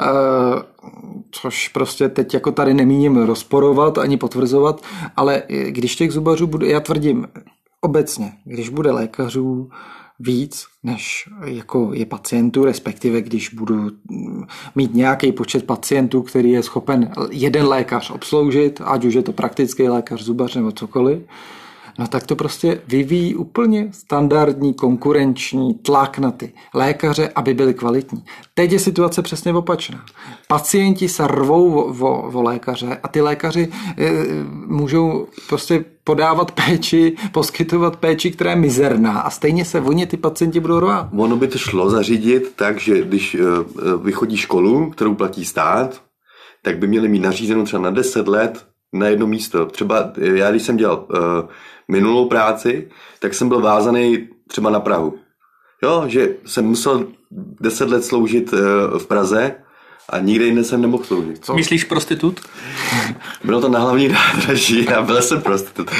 což prostě teď jako tady nemíním rozporovat ani potvrzovat, ale když těch zubařů bude, já tvrdím obecně, když bude lékařů víc, než jako je pacientů, respektive když budu mít nějaký počet pacientů, který je schopen jeden lékař obsloužit, ať už je to praktický lékař, zubař nebo cokoliv, no tak to prostě vyvíjí úplně standardní konkurenční tlak na ty lékaře, aby byli kvalitní. Teď je situace přesně opačná. Pacienti se rvou o, o, o lékaře a ty lékaři e, můžou prostě podávat péči, poskytovat péči, která je mizerná a stejně se o ně ty pacienti budou rvát. Ono by to šlo zařídit tak, že když e, vychodí školu, kterou platí stát, tak by měli mít nařízenou třeba na deset let na jedno místo. Třeba já, když jsem dělal uh, minulou práci, tak jsem byl vázaný třeba na Prahu. Jo, že jsem musel deset let sloužit uh, v Praze a nikde jinde jsem nemohl sloužit. Co? Myslíš prostitut? Bylo to na hlavní nádraží a byl jsem prostitut.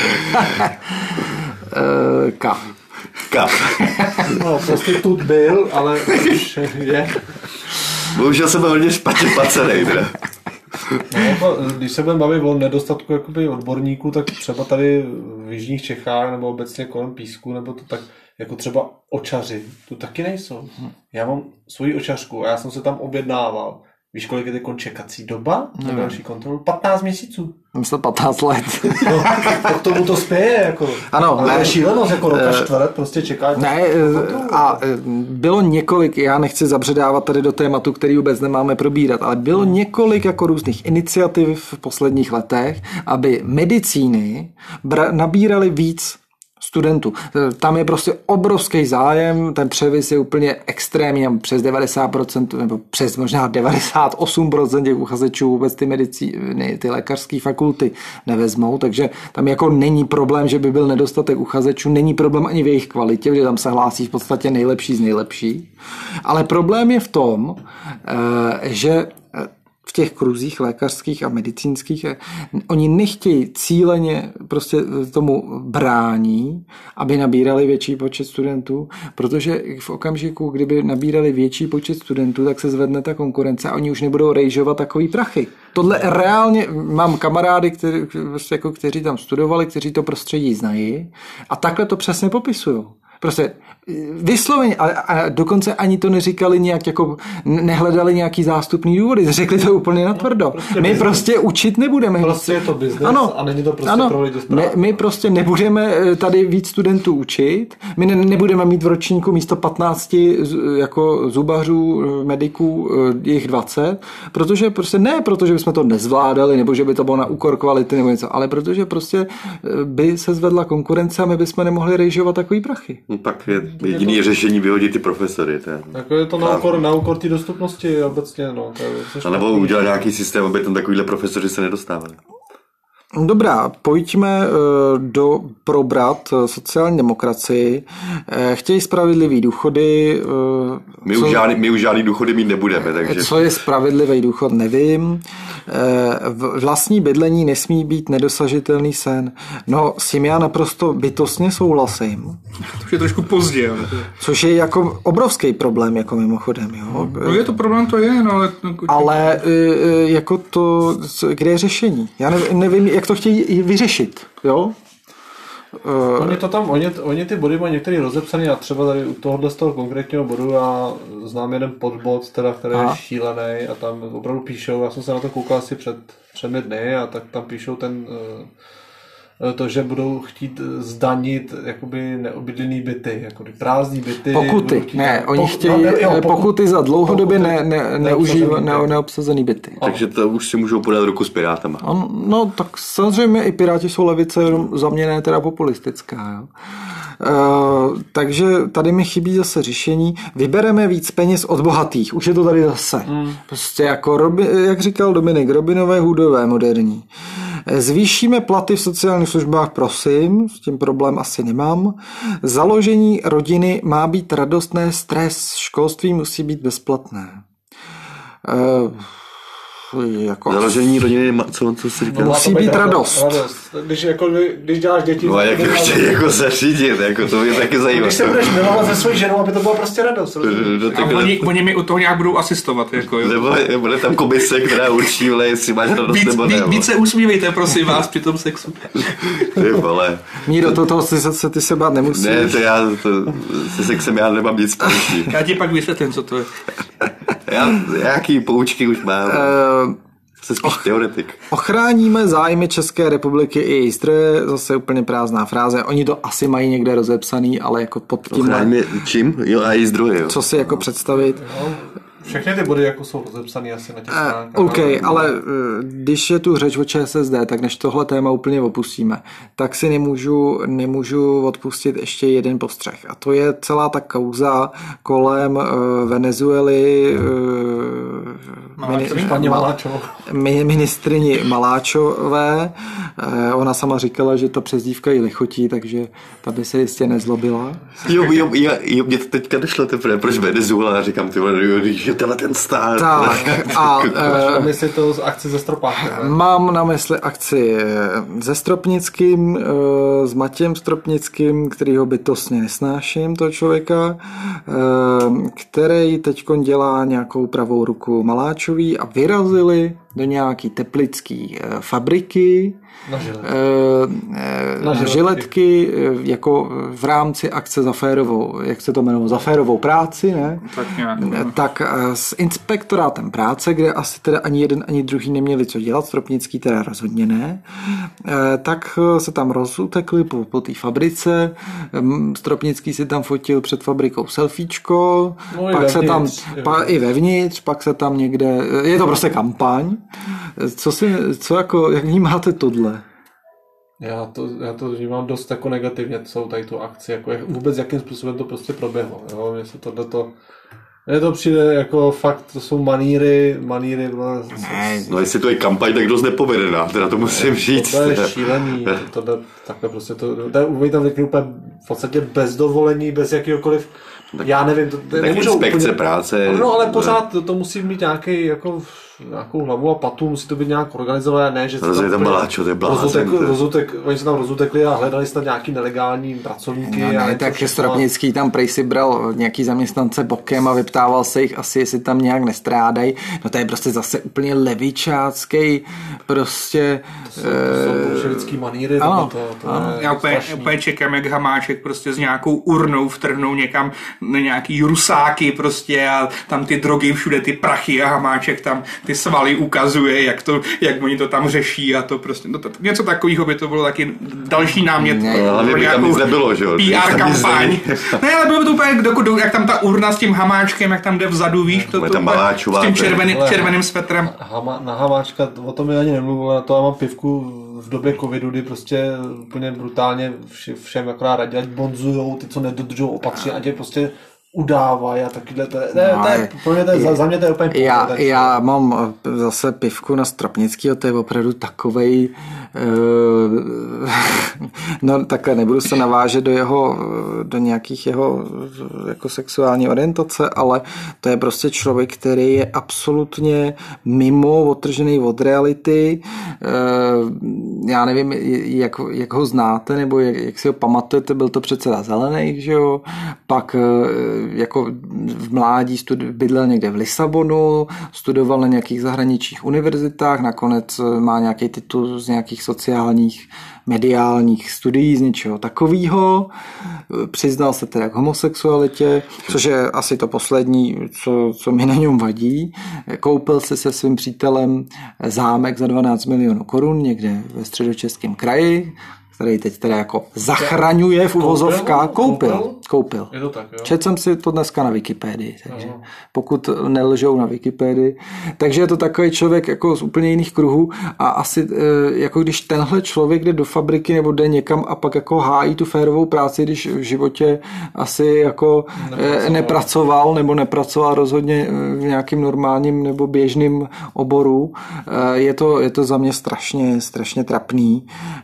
K. K. No, prostitut byl, ale už je. Bohužel jsem byl hodně špatně placený. No, když se budeme bavit o nedostatku jakoby odborníků, tak třeba tady v jižních Čechách nebo obecně kolem Písku, nebo to tak jako třeba očaři, tu taky nejsou. Já mám svoji očařku a já jsem se tam objednával. Víš, kolik je teď čekací doba na další kontrolu? patnáct měsíců. Myslím patnáct let. No, k tomu to spěje, jako. Ano, ale ne, je šílenost, jako roka čtvrt, prostě čeká. Ne, a bylo několik, já nechci zabředávat tady do tématu, který vůbec nemáme probírat, ale bylo několik jako různých iniciativ v posledních letech, aby medicíny nabírali víc studentů. Tam je prostě obrovský zájem, ten převis je úplně extrémní, přes devadesát procent nebo přes možná devadesát osm procent těch uchazečů vůbec ty medicíny, ty lékařské fakulty nevezmou, takže tam jako není problém, že by byl nedostatek uchazečů, není problém ani v jejich kvalitě, že tam se hlásí v podstatě nejlepší z nejlepší, ale problém je v tom, že v těch kruzích lékařských a medicínských, oni nechtějí cíleně prostě tomu brání, aby nabírali větší počet studentů, protože v okamžiku, kdyby nabírali větší počet studentů, tak se zvedne ta konkurence a oni už nebudou rejžovat takový prachy. Tohle reálně, mám kamarády, kteří, jako, kteří tam studovali, kteří to prostředí znají a takhle to přesně popisují. Prostě vysloveně, a, a dokonce ani to neříkali nějak, jako nehledali nějaký zástupný důvody, řekli to úplně natvrdo. No, prostě my business. Prostě učit nebudeme. Prostě je to business ano, a není to prostě ano, pro lidi ne, my prostě nebudeme tady víc studentů učit, my ne, nebudeme mít v ročníku místo patnácti jako zubařů, mediků, jich dvacet, protože prostě ne, protože bychom to nezvládali, nebo že by to bylo na úkor kvality nebo něco, ale protože prostě by se zvedla konkurence a my bychom nemohli rejžovat takový prachy. No, pak je jediný to... řešení vyhodit ty profesory. To je, jako je to na úkor, na úkor té dostupnosti obecně. No, to je, a nebo udělat nějaký systém, aby tam takovýhle profesoři se nedostávali. Dobrá, pojďme do probrat sociální demokracii. Chtějí spravedlivý důchody. My už, co, žádný, my už žádný důchody mít nebudeme. Takže... Co je spravedlivý důchod, nevím. Vlastní bydlení nesmí být nedosažitelný sen. No, s tím já naprosto bytostně souhlasím. To už je trošku pozdě. Ale... Což je jako obrovský problém, jako mimochodem. Jo. No je to problém, to je, no ale... Ale jako to, kde je řešení? Já nevím, jak to chtějí vyřešit, jo? Uh, oni to tam, oni, oni ty body mají některý rozepsaný a třeba tady u tohohle z toho konkrétního bodu já znám jeden podbod, teda, který Aha. je šílený a tam opravdu píšou, já jsem se na to koukal asi před třemi dny a tak tam píšou ten to, že budou chtít zdanit jakoby neobydlený byty, jako prázdný byty. Pokuty, chtít, ne, oni pok, chtějí no, jo, pokuty za dlouhodobě ne, ne, neužívané ne, neobsazený byty. Takže to už si můžou podat ruku s Pirátama. On, no tak samozřejmě i Piráti jsou levice, za mě ne teda populistická. Jo. Uh, takže tady mi chybí zase řešení. Vybereme víc peněz od bohatých. Už je to tady zase. Mm. Prostě jako, Robi, jak říkal Dominik, Robinové, Hudové, moderní. Zvýšíme platy v sociálních službách, prosím, s tím problém asi nemám. Založení rodiny má být radostné, stres, školství musí být bezplatné. Uh, Jako... Založení rodiny, co, co se říká? No, musí být radost. radost. Když, jako, když děláš děti... No a jak to chtějí jako zařídit, jako to mě taky zajímá. Když se budeš milovat se svojí ženou, aby to byla prostě radost. A oni, oni mi u toho nějak budou asistovat. Jako, jo. Nebo bude tam komise, která určí, jestli máš radost víc, nebo ne. Více usmívejte, prosím vás, při tom sexu. Ty vole. Míro, to, toho se, se ty se bát nemusíš. Ne, to já, to, se sexem já nemám nic společný. Já ti pak vysvětlím, co to je. Já nějaký poučky už mám. Uh, Jsi spíš och, teoretik. Ochráníme zájmy České republiky i její zdroje, zase úplně prázdná fráze. Oni to asi mají někde rozepsaný, ale jako pod tím... Ochráníme čím? Jo, a její zdroje. Jo. Co si jako představit? No, všechny ty body jako jsou rozepsaný asi na těch stránkách. Uh, OK, ale uh, když je tu řeč o ČSSD, tak než tohle téma úplně opustíme, tak si nemůžu, nemůžu odpustit ještě jeden postřeh. A to je celá ta kauza kolem uh, Venezuely, uh, mini, ministryni Maláčové. Ona sama říkala, že ta přezdívka jí lichotí, takže ta by se jistě nezlobila. Jo, jo, jo, jo mě to teďka došlo teprve, proč Venezuela, já říkám, ty že tenhle ten stát. Tak, a... Máš na mysli to z akci ze Stropákem? Mám na mysli akci se Stropnickým, s Matějem Stropnickým, kterýho bytostně nesnáším, toho člověka, který teďkon dělá nějakou pravou ruku Maláčový a vyrazili do nějaký teplický fabriky na žiletky, na žiletky. žiletky jako v rámci akce za férovou, jak se to jmenovalo, za férovou práci, ne? Tak nějak. Tak s inspektorátem práce, kde asi teda ani jeden, ani druhý neměli co dělat, Stropnický teda rozhodně ne, tak se tam rozutekli po, po té fabrice, Stropnický si tam fotil před fabrikou selfiečko, no pak vevnitř, se tam, je pa, i vevnitř, pak se tam někde, je to prostě kampaň. Co si, co jako, jak vnímáte tohle? Já to, já to vnímám dost jako negativně, celou tady tu akci, jako jak, vůbec jakým způsobem to prostě proběhlo, jo, mně se tohleto, mně to přijde jako fakt, to jsou maníry, maníry, vlastně. Ne, no jestli to je kampaň, tak dost nepovedená, teda to musím říct. To je šílený, to, to, takhle prostě to, to je úplně tam úplně v podstatě bez dovolení, bez jakýhokoliv, tak, já nevím, to, to tak inspekce úplně, práce. No ale pořád to, to musí mít nějaký jako nějakou hlavu a patu, musí to být nějak organizované, ne, že se tam, tam baláčo, to je rozutek, rozutek, oni se tam rozutekli a hledali se tam nějaký nelegální pracovníky. No, ne, takže Stropnický tam prej si bral nějaký zaměstnance bokem a vyptával se jich asi, jestli tam nějak nestrádají. No to je prostě zase úplně levičácký, prostě... To jsou, to jsou bolševický maníry. Ano, to, to ano. Já úplně, úplně čekám, jak Hamáček prostě s nějakou urnou vtrhnou někam nějaký rusáky prostě a tam ty drogy, všude ty prachy a Hamáček tam ty svaly ukazuje, jak, to, jak oni to tam řeší a to prostě, no to, něco takového by to bylo taky další námět ne, pro nějakou nebylo, že? P R kampaň. Ne, ale bylo by to úplně, do, jak tam ta urna s tím Hamáčkem, jak tam jde vzadu, víš, to, to, to s tím červeným, červeným svetrem. Hama, na Hamáčka, o tom mi ani nemluvil, na to já mám pivku v době covidu, kdy prostě úplně brutálně všem akorát radí, ať bonzujou, ty, co nedodržou opatření, ať je prostě udávají a takyhle, to je, to je, to je, pro mě to je, za mě to je úplně já, pohled, já mám zase pivku na Stropnickýho, to je opravdu takovej uh, no takhle nebudu se navážet do jeho, do nějakých jeho jako sexuální orientace, ale to je prostě člověk, který je absolutně mimo, odtržený od reality. Uh, já nevím, jak, jak ho znáte, nebo jak, jak si ho pamatujete, byl to předseda Zelených, že jo, pak jako v mládí studi- bydlel někde v Lisabonu, studoval na nějakých zahraničních univerzitách, nakonec má nějaký titul z nějakých sociálních mediálních studií, z něčeho takového. Přiznal se teda k homosexualitě, což je asi to poslední, co, co mi na něm vadí. Koupil si se svým přítelem zámek za dvanáct milionů korun někde ve Středočeském kraji, který teď teda jako zachraňuje v uvozovkách. Koupil. Koupil. Je to tak, jo? Četl jsem si to dneska na Wikipedii, takže no. Pokud nelžou na Wikipedii. Takže je to takový člověk jako z úplně jiných kruhů a asi jako když tenhle člověk jde do fabriky nebo jde někam a pak jako hájí tu férovou práci, když v životě asi jako nepracoval, nepracoval nebo nepracoval rozhodně v nějakým normálním nebo běžným oboru. Je to, je to za mě strašně, strašně trapný.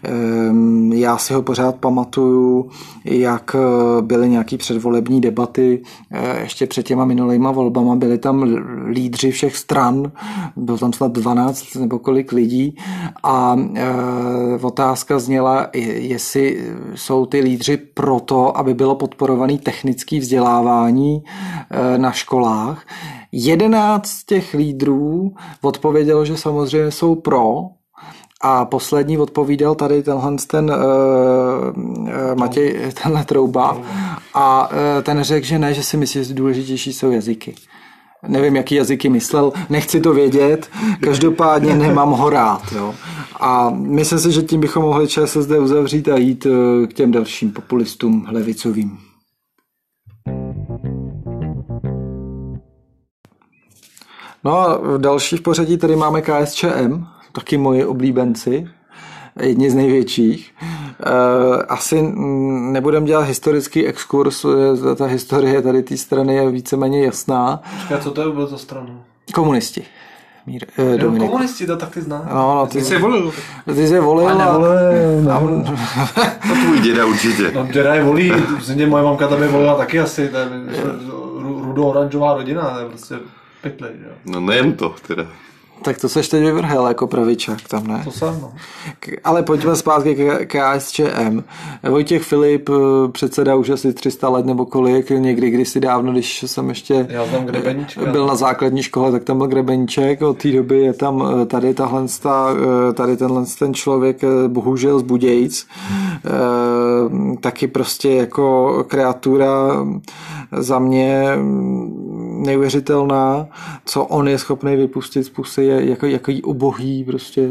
Já si ho pořád pamatuju, jak byly nějaký předvolební debaty ještě před těma minulýma volbama, byli tam lídři všech stran, bylo tam snad dvanáct nebo kolik lidí a otázka zněla, jestli jsou ty lídři proto, aby bylo podporované technické vzdělávání na školách. Jedenáct z těch lídrů odpovědělo, že samozřejmě jsou pro. A poslední odpovídal tady tenhle ten uh, uh, Matěj, tenhle Trouba a uh, ten řekl, že ne, že si myslí, že důležitější jsou jazyky. Nevím, jaký jazyky myslel, nechci to vědět, každopádně nemám ho rád. Jo. A myslím si, že tím bychom mohli ČSSD uzavřít a jít uh, k těm dalším populistům levicovým. No a další v pořadí tady máme K S Č M, taky moji oblíbenci, jedni z největších. Asi nebudem dělat historický exkurs, ta historie tady té strany je víceméně jasná. Počkej, co to je vůbec za stranu? Komunisti. Mír, eh, Dominik. Komunisti to taky zná. No, no, ty, ty jsi volil. Ty jsi volil. A nevolil. A... No tvůj děda určitě. No děda je volí, vlastně moje mamka tam je volila taky asi, to je rudo-oranžová rodina, to je prostě pytlej, jo. No nejen to, teda. Tak to seš teď vyvrhel jako pravičák tam, ne? To jsem, no. Ale pojďme zpátky k K S Č M. Vojtěch Filip, předseda už asi tři sta let nebo kolik, někdy kdysi dávno, když jsem ještě byl na základní škole, tak tam byl Grebeníček, od té doby je tam tady tahle, tady tenhle ten člověk, bohužel z Budějic, taky prostě jako kreatura za mě neuvěřitelná, co on je schopný vypustit z pusy, je jako, jako ubohý prostě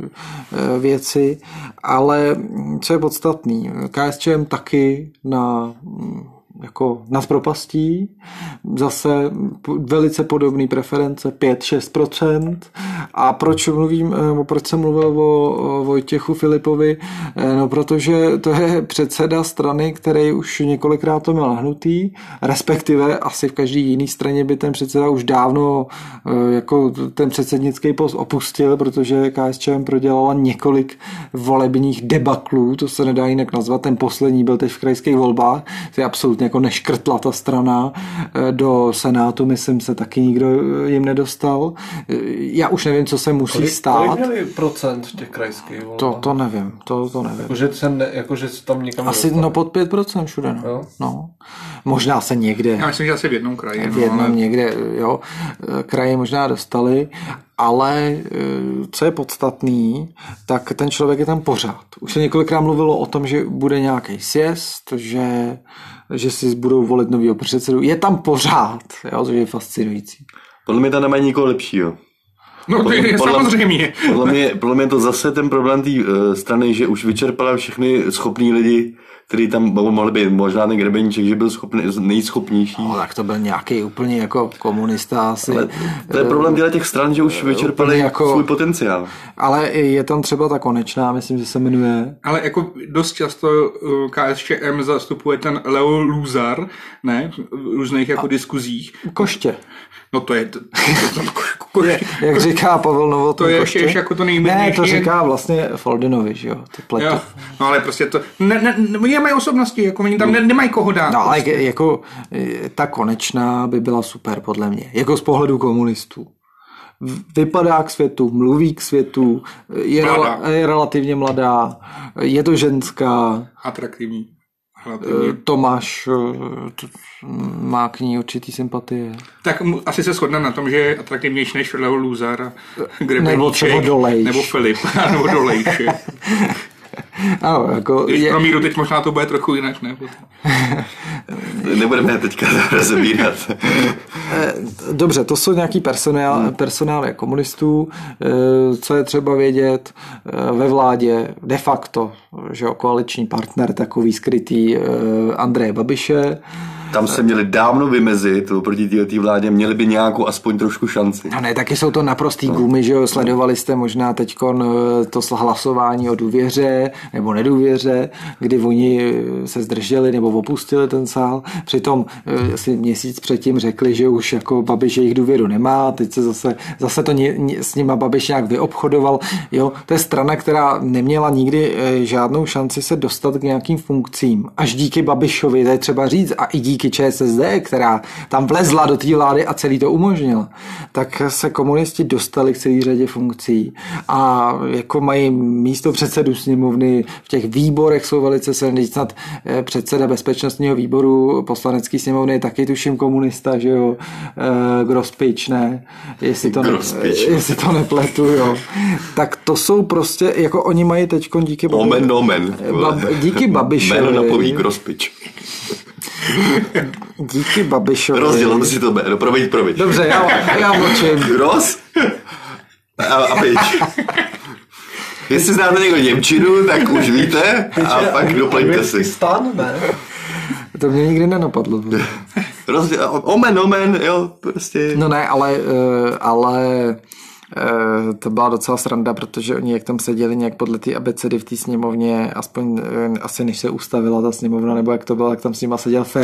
věci, ale co je podstatný, K S Č M taky na jako nad propastí, zase velice podobný preference, pět až šest procent. A proč mluvím, proč jsem mluvil o Vojtěchu Filipovi? No, protože to je předseda strany, který už několikrát to měl nahnutý, respektive asi v každé jiné straně by ten předseda už dávno jako ten předsednický post opustil, protože K S Č M prodělala několik volebních debaklů, to se nedá jinak nazvat, ten poslední byl teď v krajských volbách, to je absolutně jako neškrtla ta strana, do Senátu, myslím, se taky nikdo jim nedostal. Já už nevím, co se musí kolik, stát. Kolik měli procent v těch krajských volbách? To, to nevím, to, to nevím. Jakože se, ne, jakože se tam nikam asi no pod pět procent všude, no. no. Možná se někde. Já myslím, že asi v jednom kraji. V jednom no, ale... někde, jo. Kraje možná dostali, ale co je podstatný, tak ten člověk je tam pořád. Už se několikrát mluvilo o tom, že bude nějaký sjezd, že, že si budou volit novýho předsedu. Je tam pořád, jo, což je fascinující. Podle mě tam nemají nikoho lepšího. No to je podle, samozřejmě. Podle mě, podle mě to zase ten problém té uh, strany, že už vyčerpala všechny schopný lidi, který tam mohli být, možná ten Grebeníček, že byl schopný, nejschopnější. No tak to byl nějaký úplně jako komunista asi. Ale to je problém dělat těch stran, že už vyčerpali jako, svůj potenciál. Ale je tam třeba ta Konečná, myslím, že se jmenuje. Ale jako dost často K S Č M zastupuje ten Leo Luzar, ne? V různých jako A diskuzích. Koště. No to je... To, to, to, ko, je, jak říká Pavel Novotný. To je ještě, ještě jako to nejmenší. Ne, to říká vlastně Foldinovi, že jo? jo. No ale prostě to... Ne, ne, oni nemají osobnosti, jako oni tam ne, nemají koho dát. No ale prostě. Jako ta Konečná by byla super podle mě. Jako z pohledu komunistů. Vypadá k světu, mluví k světu, je, rela, je relativně mladá, je to ženská. Atraktivní. Relativně. Tomáš má k ní určitý sympatie. Tak asi se shodneme na tom, že je atraktivnější než Leo Luzar, nebo třeba Dolejš. Nebo Filip, nebo Dolejš. Ano, jako Když je... pro Míru teď možná to bude trochu jinak, ne? Nebudeme teďka rozebírat. Dobře, to jsou nějaký personál, personály komunistů. Co je třeba vědět ve vládě de facto, že jo, koaliční partner takový skrytý Andreje Babiše. Tam se měli dávno vymezit, proti této vládě měli by nějakou aspoň trošku šanci. No ne, taky jsou to naprostý no. gumy, že jo, sledovali jste možná teďkon to hlasování o důvěře nebo nedůvěře, kdy oni se zdrželi nebo opustili ten sál, přitom asi měsíc předtím řekli, že už jako Babiš jejich důvěru nemá, teď se zase, zase to ně, s nima Babiš nějak vyobchodoval, jo, to je strana, která neměla nikdy žádnou šanci se dostat k nějakým funkcím, až díky Babišovi, to je třeba říct, a i díky Č S S D, která tam vlezla do té vlády a celý to umožnila, tak se komunisti dostali k celý řadě funkcí a jako mají místo předsedu sněmovny, v těch výborech jsou velice silný, snad předseda bezpečnostního výboru poslanecký sněmovny je taky tuším komunista, že jo, e, Grospič, ne? Jestli to, ne, jestli to nepletu, jo. Tak to jsou prostě, jako oni mají teďkon díky Babišovi. Omen, omen. Bab, díky Babišovi. Jméno napoví Grospič. Díky Babišovi. Rozdělám si to jméno, promiň, promiň. Dobře, já, já mlčím. Gros a, a Pič. Jestli znáte někdo němčinu, tak už víte a pak doplňte si. Stan, ne? To mě nikdy nenapadlo. Rozděl, omen, omen, jo, prostě. No ne, ale, ale to byla docela sranda, protože oni jak tam seděli nějak podle té abecedy v té sněmovně, aspoň asi než se ustavila ta sněmovna, nebo jak to bylo, jak tam s nima seděl Ferry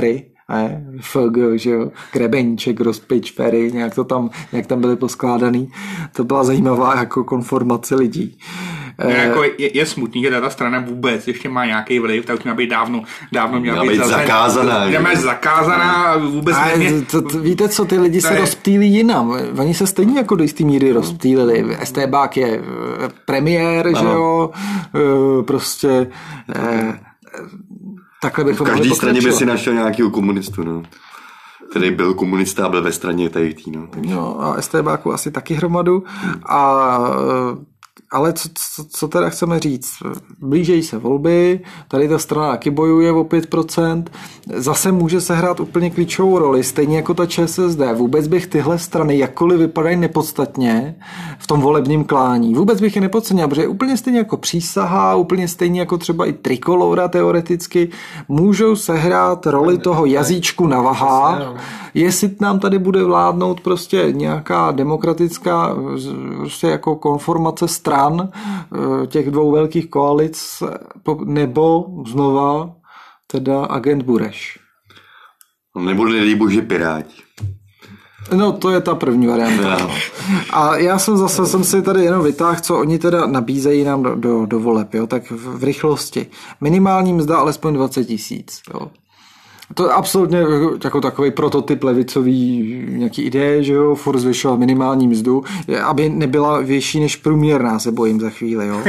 ne? F G, že jo, Grebeníček, Rozpič, Ferry, nějak to tam, jak tam byly poskládaný. To byla zajímavá jako konformace lidí. No, jako je, je smutný, že ta strana vůbec ještě má nějaký vliv, tak už měla být dávno, dávno měla, měla být, být zakázaná. Měla být zakázaná vůbec. A mě, to, to, víte co, ty lidi se je... rozptýlí jinam. Oni se stejně jako do jistý míry rozptýlili. Estébák je premiér, no. Že jo, prostě eh, takhle bychom v každé straně by si našel nějakýho komunistu, no. Který byl komunista a byl ve straně tady. No, no a Estébáku asi taky hromadu. A ale co, co, co teda chceme říct? Blížejí se volby, tady ta strana taky bojuje o pět procent, zase může se hrát úplně klíčovou roli, stejně jako ta ČSSD. Vůbec bych tyhle strany, jakkoliv vypadají nepodstatně v tom volebním klání, vůbec bych je nepodcenil, protože úplně stejně jako Přísaha, úplně stejně jako třeba i Trikolora teoreticky, můžou sehrát roli toho jazyčku na vahách, jestli nám tady bude vládnout prostě nějaká demokratická prostě jako konformace stran těch dvou velkých koalic, nebo znova teda agent Bureš. Nebo nedej bože Piráti. No to je ta první varianta. No. A já jsem zase jsem si tady jenom vytáhl, co oni teda nabízejí nám do, do, do voleb, jo? Tak v, v rychlosti. Minimální mzda alespoň dvacet tisíc. Jo? To je absolutně jako takový prototyp levicový nějaký ideje, že jo, furt zvyšovat minimální mzdu, aby nebyla větší než průměrná, se bojím za chvíli, jo.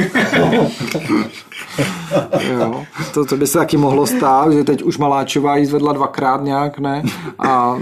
Jo. To, to by se taky mohlo stát, že teď už Maláčová jí zvedla dvakrát nějak, ne? A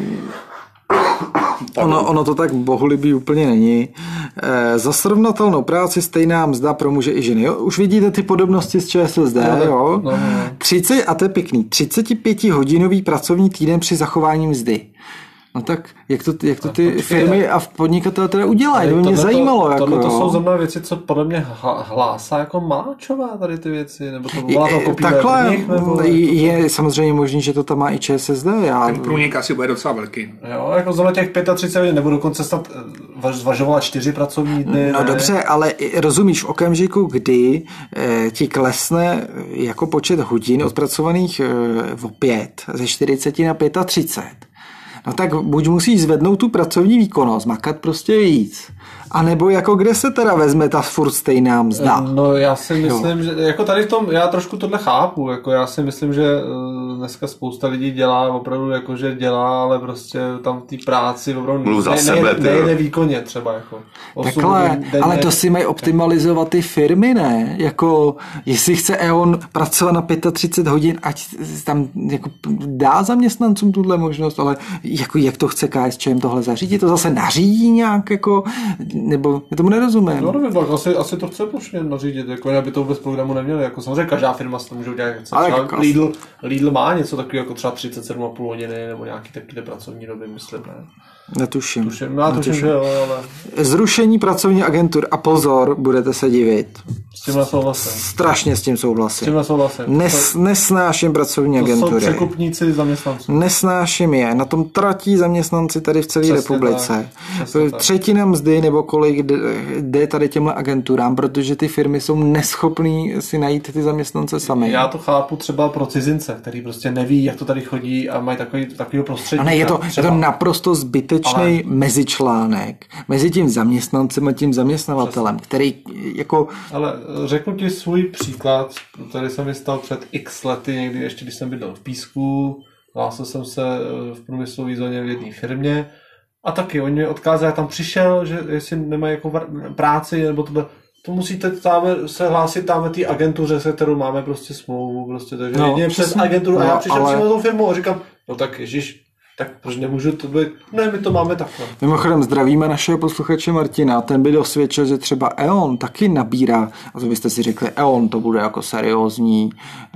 Ono, ono to tak bohulibý úplně není. E, za srovnatelnou práci stejná mzda pro muže i ženy. Jo? Už vidíte ty podobnosti s ČSSD. No, jo? No, no. třicet, a to je pěkný, třicetipětihodinový pracovní týden při zachování mzdy. No tak, jak to, jak to ty počkej, firmy a podnikatelé teda udělají? To by mě zajímalo. Jako, tohle to jsou zrovna věci, co podle mě hlásá jako Maláčová tady ty věci, nebo to byla to kopí takhle nich, nebo je to... samozřejmě možný, že to tam má i ČSSD. Já... Ten průnik asi bude docela velký. Jo, jako zrovna těch třicet pět, nebo dokonce snad zvažovala čtyři pracovní dny. No ne? Dobře, ale rozumíš v okamžiku, kdy eh, ti klesne jako počet hodin odpracovaných eh, o pět, ze čtyřicet na třicet pět. No tak buď musíš zvednout tu pracovní výkonnost, makat prostě víc. A nebo jako kde se teda vezme ta furt stejná mzda? No já si myslím, jo. že jako tady v tom, já trošku tohle chápu, jako já si myslím, že dneska spousta lidí dělá opravdu jako, že dělá, ale prostě tam v té práci opravdu ne, sebe, ne, nejde výkonně třeba jako. Takhle, ale to si mají optimalizovat ty firmy, ne? Jako, jestli chce E O N pracovat na třicet pět hodin, ať tam jako dá zaměstnancům tuhle možnost, ale jako jak to chce K S Č M tohle zařídit? To zase nařídí nějak jako, nebo já tomu nerozumím. No nevím, tak asi, asi to chce plošně nařídit, jako aby to vůbec programu neměli, jako samozřejmě každá firma si to může udělat, jak chce. Třeba Lidl, Lidl má něco takového jako třeba třicet sedm a půl hodiny, nebo nějaký takové pracovní doby, myslím, ne? Netuším. Tuším, já tuším, že jo, ale... Zrušení pracovní agentur a pozor, budete se divit. S tímhle souhlasím. Strašně s tím souhlasím. S tímhle souhlasím. Nes, to, nesnáším pracovní to agentury. To jsou překupníci zaměstnanců. Nesnáším je. Na tom tratí zaměstnanci tady v celé republice. Tak, třetina mzdy nebo kolik jde tady těmhle agenturám, protože ty firmy jsou neschopný si najít ty zaměstnance sami. Já to chápu třeba pro cizince, který prostě neví, jak to tady chodí a mají takový, takovýho prostředí. No ne, je to, je to naprosto zbytečný ale... mezičlánek mezi tím zaměstnancem a tím zaměstnavatelem, přesně. Který jako... Ale řeknu ti svůj příklad, který jsem mi stal před x lety, někdy ještě když jsem bydlel v Písku, hlásil jsem se v průmyslové zóně v jedné firmě a taky oni mě odkázali, já tam přišel, že jestli nemají jako práci nebo tohle, to musíte tam se hlásit tam té agentuře, se kterou máme prostě smlouvu, prostě, takže no, jedině přes agenturu no, a já přišel ale... přímo na tu firmu a říkám, no tak ježiš, tak proč nemůžu to být? Ne, my to máme takhle. Mimochodem zdravíme našeho posluchače Martina, ten by dosvědčil, že třeba E O N taky nabírá, a to byste si řekli, E O N to bude jako seriózní,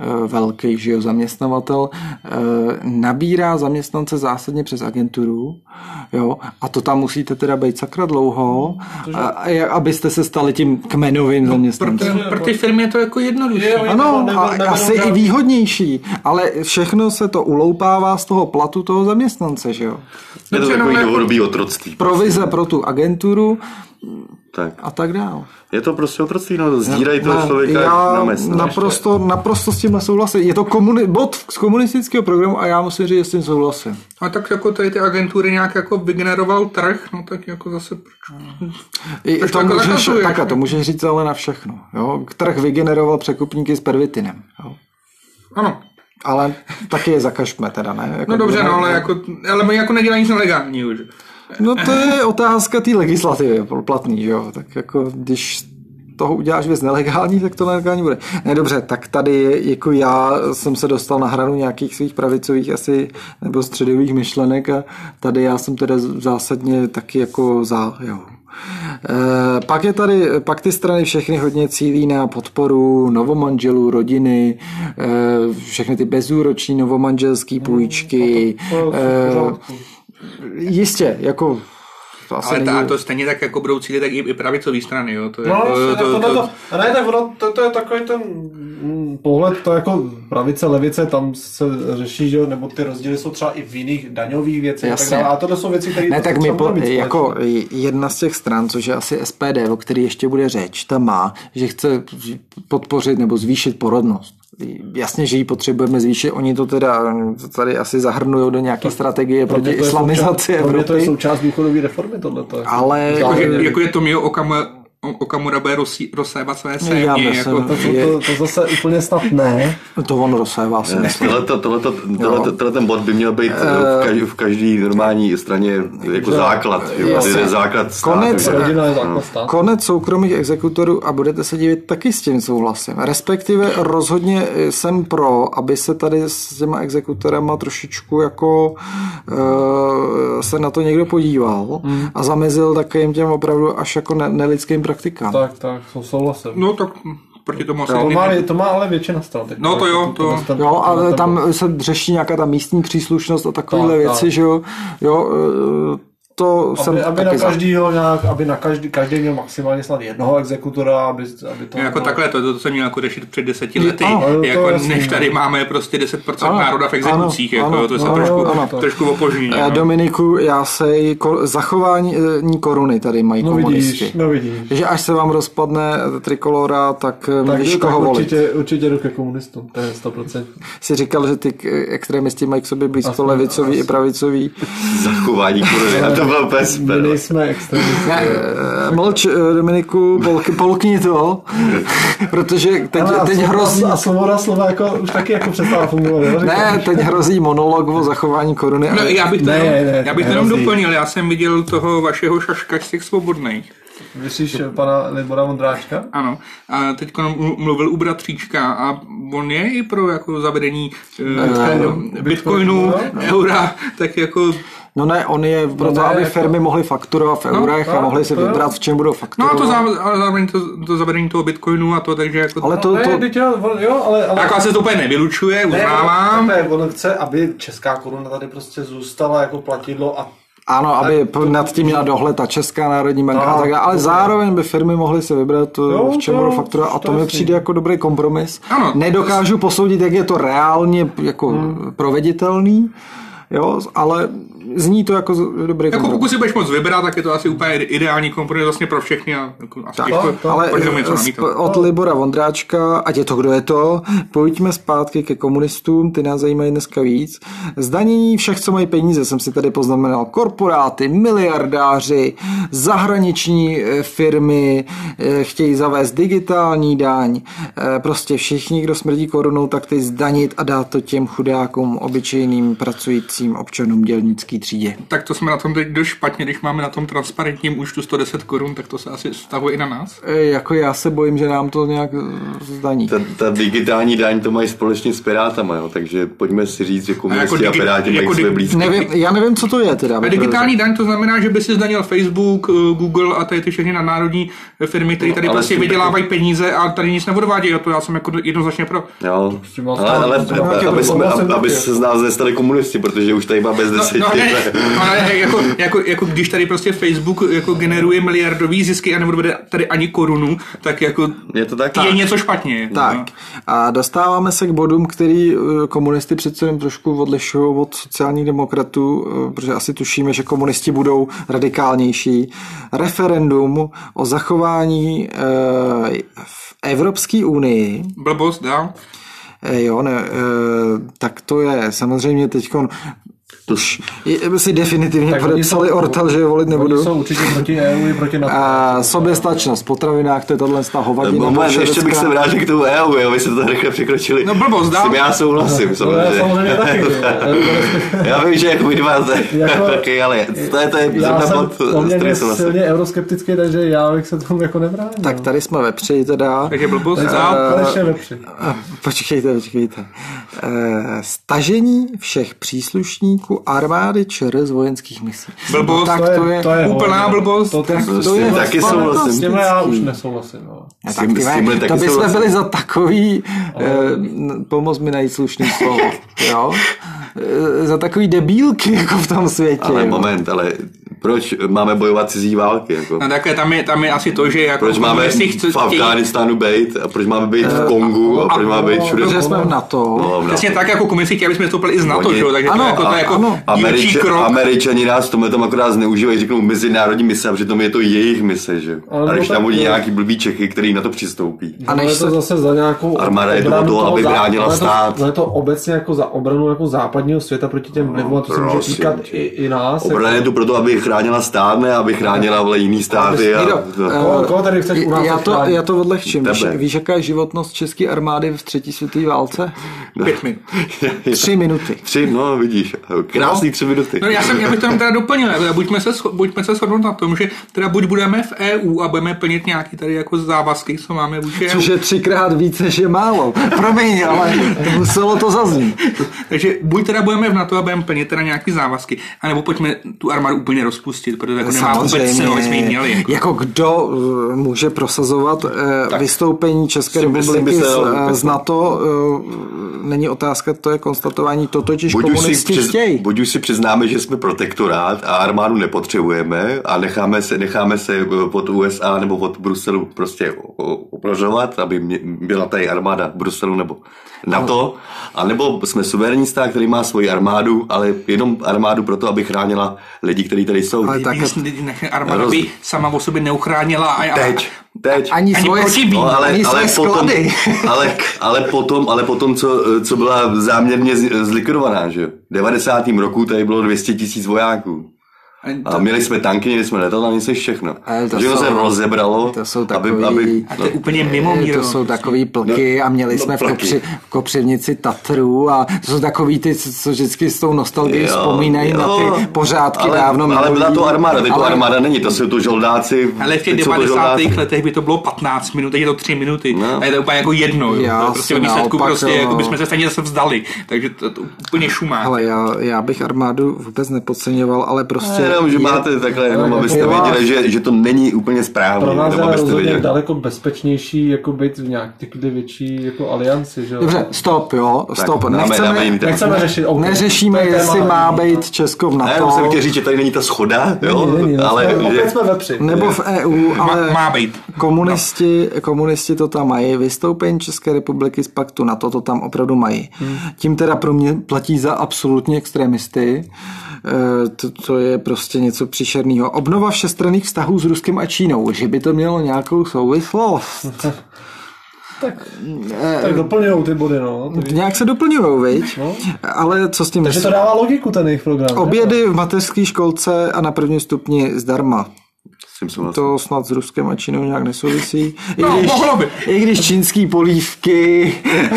velký žio zaměstnavatel, nabírá zaměstnance zásadně přes agenturu, jo, a to tam musíte teda být sakra dlouho, a, abyste se stali tím kmenovým no, zaměstnancem. Pro ty firmy je to jako jednodušší. Ano, a asi i výhodnější, ale všechno se to uloupává z toho platu toho zaměstnance. zaměstnance, že jo? Je to takový dlouhodobý otroctví. Provize pro tu agenturu tak. a tak dál. Je to prostě otroctví, no, sdírají toho člověka já na mes. Naprosto, naprosto s tímhle souhlasím. Je to komuni- bod z komunistického programu a já musím říct, že s tím souhlasím. A tak jako tady ty agentury nějak jako vygeneroval trh, no tak jako zase proč? I, proč to, to, můžeš, tak, to můžeš říct ale na všechno. Jo? Trh vygeneroval překupníky s pervitinem. Jo? Ano. Ale taky je zakažme teda, ne? Jako no dobře, no, ale, jako, ale my jako nedělají nic nelegálního, že? No to je otázka té legislativy platný, že jo? Tak jako když toho uděláš věc nelegální, tak to nelegální bude. Ne, dobře, tak tady jako já jsem se dostal na hranu nějakých svých pravicových asi nebo středových myšlenek a tady já jsem teda zásadně taky jako za, jo. E, pak je tady, pak ty strany všechny hodně cílí na podporu novomanželů, rodiny, e, všechny ty bezúroční novomanželský půjčky. E, jistě, jako ale ta, nejde... to stejně tak jako budou cílit tak i, i pravicový strany, jo. To je, no, to, to, to, to, to, a ne, tak ono, to, to je takový ten pohled, to jako pravice, levice, tam se řeší, že, nebo ty rozdíly jsou třeba i v jiných daňových věcech. Tak dále, a to jsou věci, které... Ne, tak my po, jako jedna z těch stran, což je asi S P D, o který ještě bude řeč, ta má, že chce podpořit nebo zvýšit porodnost. Jasně, že ji potřebujeme zvýšit, oni to teda tady asi zahrnují do nějaké strategie proti islamizaci Evropy. Pro mě to je součást důchodové reformy tohleto. Ale... Jako, jako je to Tomio Okamura, Okamura bude rozsévat své sémě. Jako... To, to, to zase úplně snad ne. To on rozsévá si myslím. Tohle ten bod by měl být v každý, v každý normální straně jako základ. základ stát, konec, rodina je základ stát. Konec soukromých exekutorů a budete se divit, taky s tím souhlasím. Respektive rozhodně jsem pro, aby se tady s těma exekutorama trošičku jako uh, se na to někdo podíval hmm. a zamezil takovým těm opravdu až jako ne, nelidským praktikám. Tak, tak, souhlasím. No tak proti tomu asi... To má, to má ale většina stran. No to jo, to... to, to jo, ale tam se řeší nějaká ta místní příslušnost a takovéhle tak, věci, tak. Že jo, jo to aby, jsem aby na každýho nějak, aby na každý, každý měl maximálně snad jednoho exekutora, aby, aby to... Jako takhle, to, to se mělo jako řešit před deseti lety, ano, jako než jasný, tady máme prostě deset procent ano, národa v exekucích, ano, jako ano, to se ano, trošku, ano, trošku opožní. No. Dominiku, já se zachování koruny tady mají no komunisti. Vidíš, no vidíš. Že až se vám rozpadne trikolora, tak, tak víš, koho volit. Určitě, určitě jdu ke komunistům, to je sto procent. Jsi říkal, že ty extrémisti mají k sobě blízko levicový i pravicový. Zachování koruny, a to bylo bez nejsme extrémisti. Mlč, Dominiku, polk, polkni to, protože teď, a teď slova, hrozí... A svoboda slova jako, už taky jako přestává fungovat. Ne, teď hrozí monolog o zachování koruny. No, já bych to, ne, jenom, ne, já bych to jenom doplnil, já jsem viděl toho vašeho šaška z těch svobodných. Myslíš pana Libora Vondráčka? Ano. A teď mluvil u bratříčka a on je i pro jako zavedení uh, bitcoinu, eura, tak jako... No ne, on je proto, no aby jako... firmy mohly fakturovat v eurech no, a mohly si vybrat, v čem budou fakturovat. No a to, zároveň to, to zavedení toho bitcoinu a to, takže jako... Ale to... to... Ne, jo, ale... ale... Jako se to úplně nevylučuje, uznávám. Ne, on chce, aby česká koruna tady prostě zůstala jako platidlo a ano, aby to, nad tím měla dohled ta Česká národní banka no, a tak dále, ale zároveň by firmy mohly si vybrat, jo, v čem budou fakturovat a to, to mi přijde jako dobrý kompromis. Ano, Nedokážu to... posoudit, jak je to reálně jako hmm. proveditelný, jo, ale zní to jako dobrý jako kompromis. Pokud si budeš moc vybrat, tak je to asi úplně ideální kompromis vlastně pro všechny. A jako asi tak, těžko, to, ale od Libora Vondráčka, ať je to, kdo je to, pojďme zpátky ke komunistům, ty nás zajímají dneska víc. Zdanění všech, co mají peníze, jsem si tady poznamenal. Korporáty, miliardáři, zahraniční firmy, chtějí zavést digitální daň, prostě všichni, kdo smrdí korunou, tak ty zdanit a dát to těm chudákům, obyčejným pracujícím občanům dělnický třídě. Tak to jsme na tom teď dost špatně, když máme na tom transparentním účtu sto deset korun, tak to se asi vztahuje i na nás? E, jako já se bojím, že nám to nějak zdaní. Ta, ta digitální daň to mají společně s Pirátama, jo, takže pojďme si říct, že komunisti a, digi- a Piráti mají své blízké. Nevím, já nevím, co to je teda. A digitální daň to znamená, že by si zdanil Facebook, Google a tady ty všechny nadnárodní firmy, které tady no, prostě si vydělávají peníze a tady nic neodvádějí, a to já jsem jako jednoznačně pro. Jo, ale, ale aby, jsme, aby se z nás nestali komunisti, protože protože už tady má bez deseti. No, no, ne, ale jako, jako, jako když tady prostě Facebook jako generuje miliardový zisky a nebude tady ani korunu, tak jako je, to tak, je tak. něco špatně. Tak no. A dostáváme se k bodům, který komunisty přece jen trošku odlišují od sociálních demokratů, protože asi tušíme, že komunisti budou radikálnější. Referendum o zachování v Evropské unii. Blbost, dál. Jo, ne, tak to je samozřejmě teďkon už si definitivně tak podepsali Ortel, že volit nebudu. Oni jsou určitě proti E U i proti NATO. A soběstačnost v potravinách, to je tahle hovadina. No, moment, ještě bych se vrátil k tomu E U, jo, vy jste to rychle překročili. No blbost, dál. S tím já souhlasím, samozřejmě. No, já samozřejmě taky. Já vím, že jako vy dva taky, ale to je, to je já jsem poměrně silně euroskeptický, takže já bych se tomu jako nebránil. Tak tady jsme vepři teda. Takže blbost, dál. Konečně vepři. Počkejte, počkejte. Stažení všech příslušníků armády ČR z vojenských misí. Blbost, tak to je, to je úplná blbost. To, tak, to, to je taky souhlasím. S tímhle já už nesouhlasím. No. Ja, tak tyhle, to by jsme byli za takový, eh, pomoz mi najít slušný slovo, jo? E, za takový debílky jako v tom světě. Ale jo? moment, ale proč máme bojovat cizí války? Jako? No takhle tam je, tam je asi to, že jako... Proč máme v Afghánistánu být a proč máme být v Kongu a proč máme být všude? Protože jsme v NATO. No, přesně tak, jako komunisti chtěli, aby jsme vstoupili i z NATO, Oni, takže ano, to, jako, to je jako ano. Američe, krok. Američani nás v tomhle tom akorát zneužívají, řeknou mezinárodní mise a přitom je to jejich mise, že? A když tam budí nějaký blbý Čechy, který na to přistoupí. A než se zase za nějakou armáda je to toho, aby bránila stát. Je to obecně jako za obranu jako západního světa proti těm vlivům, a to se může týkat i, i nás. Obrana je to proto, aby chránila stát, ne aby chránila vle jiný státy. A, a, koho tady chceš u nás já, to, já to odlehčím. Víš, víš, jaká je životnost české armády v třetí světové válce? Pět minut. Tři minuty. Tři, no vidíš. Krásný tři minuty. No já, jsem, já bych tam teda doplnil. Buďme se, buďme se shodnout na tom, že teda buď budeme v E U a budeme plnit nějaký tady jako závazky, co máme vůči E U. Což je třikrát víc, než je málo. Promiň, ale muselo to zaznít. Takže buď teda budeme v NATO a budeme plnit teda nějaký závazky, anebo pojďme tu armádu úplně rozpustit, protože jako nemá vůbec cenu, aby jsme ji měli. Jako. jako kdo může prosazovat tak. vystoupení České republiky z, z NATO, není otázka, to je konstatování, to totiž buď komunisti přiz, chtějí. Buď už si přiznáme, že jsme protektorát a armádu nepotřebujeme a necháme se, necháme se pod U S A nebo od Bruselu prostě opražovat, aby mě, byla tady armáda Bruselu nebo NATO, anebo jsme suverénní stát, který má svoji armádu, ale jenom armádu proto, aby chránila lidi, kteří tady jsou. Ale tak armáda by sama o sobě neuchránila. A, teď, teď. Ani svoje, no, ale, ani ale svoje potom, sklady. ale, ale potom, ale potom co, co byla záměrně zlikvidovaná, že jo? V devadesátém roku tady bylo dvě stě tisíc vojáků. A měli jsme tanky, měli jsme letadla, měli jsme všechno. Takže se rozebralo. To jsou takový, aby, aby, a to je úplně mimo míru. To jsou takový plky no, a měli no, jsme v, kopři, v Kopřivnici Tatru a to jsou takový ty, co vždycky s tou nostalgií vzpomínají jo, na ty pořádky ale, dávno ale byla to armáda, teď to armáda není, to jsou to žoldáci. Ale v těch devadesátých letech by to bylo patnáct minut, teď je to tři minuty. No. A je to úplně jako jedno. Já to prostě v výsledku prostě, jako bychom se stejně zase vzdali. Takže to, to úplně šumá. Ale já, já bych armádu vůbec nepodceňoval, ale prostě... Jenom, že máte takhle, jenom abyste věděli, že, že to není úplně správně. Pro nás je rozhodně daleko bezpečnější jako být v nějaké větší jako alianci. Že? Dobře, stop, jo, stop. Tak, nechceme, dáme, dáme nechceme řešit. Okay. Neřešíme, jestli má být Česko v NATO. Ne, musím chtěl říct, že tady není ta schoda, jo? Není, není, ale že... jsme vepři. Nebo v E U, ale má, má být. Komunisti, no. komunisti to tam mají. Vystoupení České republiky z paktu NATO to tam opravdu mají. Hmm. Tím teda pro mě platí za absolutní extremisty. To, to je prostě něco příšerného. Obnova všestranných vztahů s Ruskem a Čínou, že by to mělo nějakou souvislost. tak, tak doplňujou ty body, no. Tak... Nějak se doplňujou, viď? No. Ale co s tím... Takže to dává logiku, ten jejich program. Obědy v mateřské školce a na prvním stupni zdarma. To snad s Ruskem a Čínou nějak nesouvisí. I no, když, mohlo by. I když čínský polívky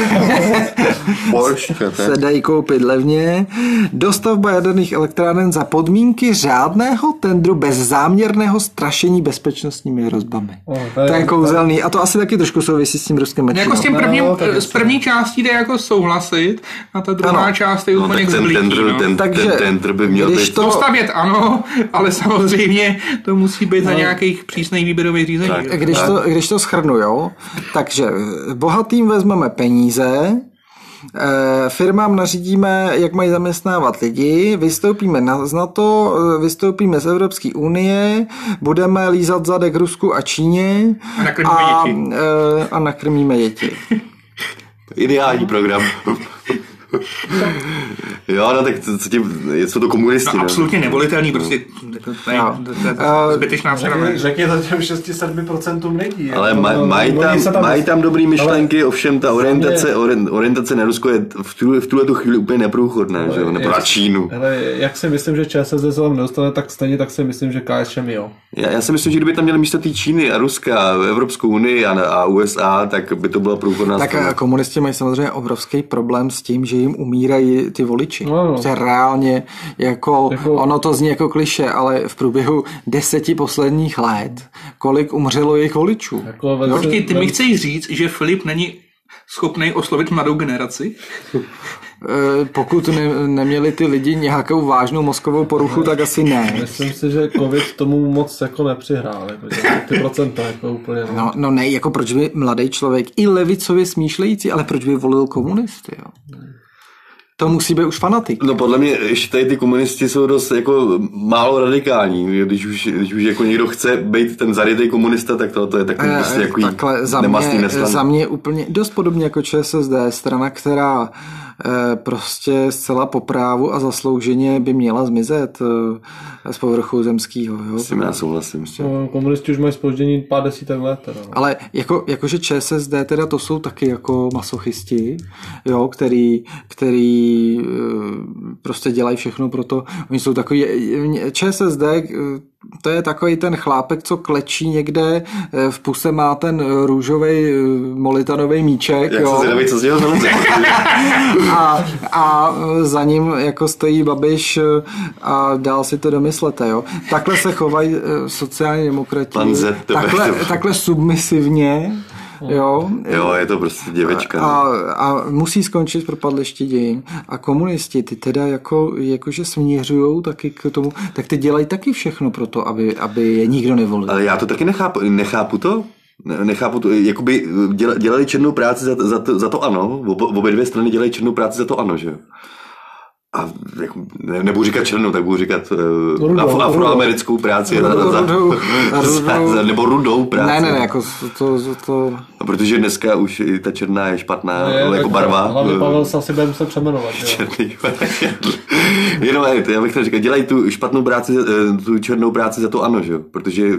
se dají koupit levně. Dostavba jaderných elektráren za podmínky řádného tendru bez záměrného strašení bezpečnostními hrozbami. Oh, to, je, to je kouzelný. A to asi taky trošku souvisí s tím Ruskem a Čínou. Jako s tím prvním, no, s první částí jde jako souhlasit a ta druhá ano. část je úplně no, ten, tendr, no. ten, Takže, ten tendr by měl být... To stavět ano, ale samozřejmě to musí být na nějakých přísných výběrových řízení. Tak, když, to, když to shrnu, jo, takže bohatým vezmeme peníze, firmám nařídíme, jak mají zaměstnávat lidi, vystoupíme na, z NATO, vystoupíme z Evropské unie, budeme lízat zadek Rusku a Číně a nakrmíme a, děti. a nakrmíme děti. Ideální program. Jo, no tak co tím, jsou to komunisti. No, absolutně nevolitelný, prostě no. zbytečná strana. Řekni to těm šest až sedm procent lidí. Ale maj, mají tam, maj tam dobrý myšlenky, ale ovšem ta orientace, orientace na Rusko je v tuhle, v tuhle tu chvíli úplně neprůchodná, ale, že jo, nebo na Čínu. Ale jak si myslím, že ČSSD se tam nedostane, tak stejně tak si myslím, že KSČM jo. Já, já si myslím, že kdyby tam měli místo té Číny a Ruska, Evropskou unii a, a U S A, tak by to byla průchodná tak strana. Komunisti mají samozřejmě obrovský problém s tím, že jim umírají ty voliči. No, no. Prostě reálně, jako, jako, ono to zní jako kliše, ale v průběhu deseti posledních let, kolik umřelo jejich voličů. Jako no, počkej, ty mi chceš říct, že Filip není schopný oslovit mladou generaci? Pokud ne, neměli ty lidi nějakou vážnou mozkovou poruchu, tak asi ne. Myslím si, že covid tomu moc jako nepřihrál. Jako, ty procenta jako úplně. No. No, no ne, jako proč by mladý člověk, i levicově smýšlející, ale proč by volil komunisty, jo? To musí být už fanatik. No podle mě ještě tady ty komunisti jsou dost jako málo radikální. Když už, když už jako někdo chce být ten zarytý komunista, tak to, to je takový prostě jako nemastný neslan. Za mě úplně dost podobně jako ČSSD, strana, která eh, prostě zcela po právu a zaslouženě by měla zmizet eh, z povrchu zemského. S tím já souhlasím. No, komunisti už mají zpoždění pár desítek let. Teda. Ale jako, jakože ČSSD teda to jsou taky jako masochisti, jo, který, který prostě dělají všechno pro to. Oni jsou takový, ČSSD, to je takový ten chlápek, co klečí někde, v puse má ten růžový molitanový míček. Jak jo. se zvědaví, co z něho a, a za ním jako stojí Babiš a dál si to domyslete. Jo. Takhle se chovají sociální demokrati. Takhle, takhle submisivně. Jo, jo, je to prostě děvečka. A, a musí skončit propadliště dějin. A komunisti, ty teda jako, jakože směřujou taky k tomu, tak ty dělají taky všechno pro to, aby, aby je nikdo nevolil. Ale já to taky nechápu, nechápu to. Nechápu to, jakoby dělali černou práci za, za, to, za to ano, v obě dvě strany dělají černou práci za to ano, že jo. A jako, ne, nebudu říkat černou, tak budu říkat uh, afro, afroamerickou práci rudou, za, rudou, za, za, nebo rudou práci. Ne, ne, ne, jako to... to... A protože dneska už i ta černá je špatná, no je, jako barva. Hlavně Pavel se asi bude muset přeměnovat. Černý, jenom já bych to říkal, dělají tu špatnou práci, tu černou práci za to ano, že jo, protože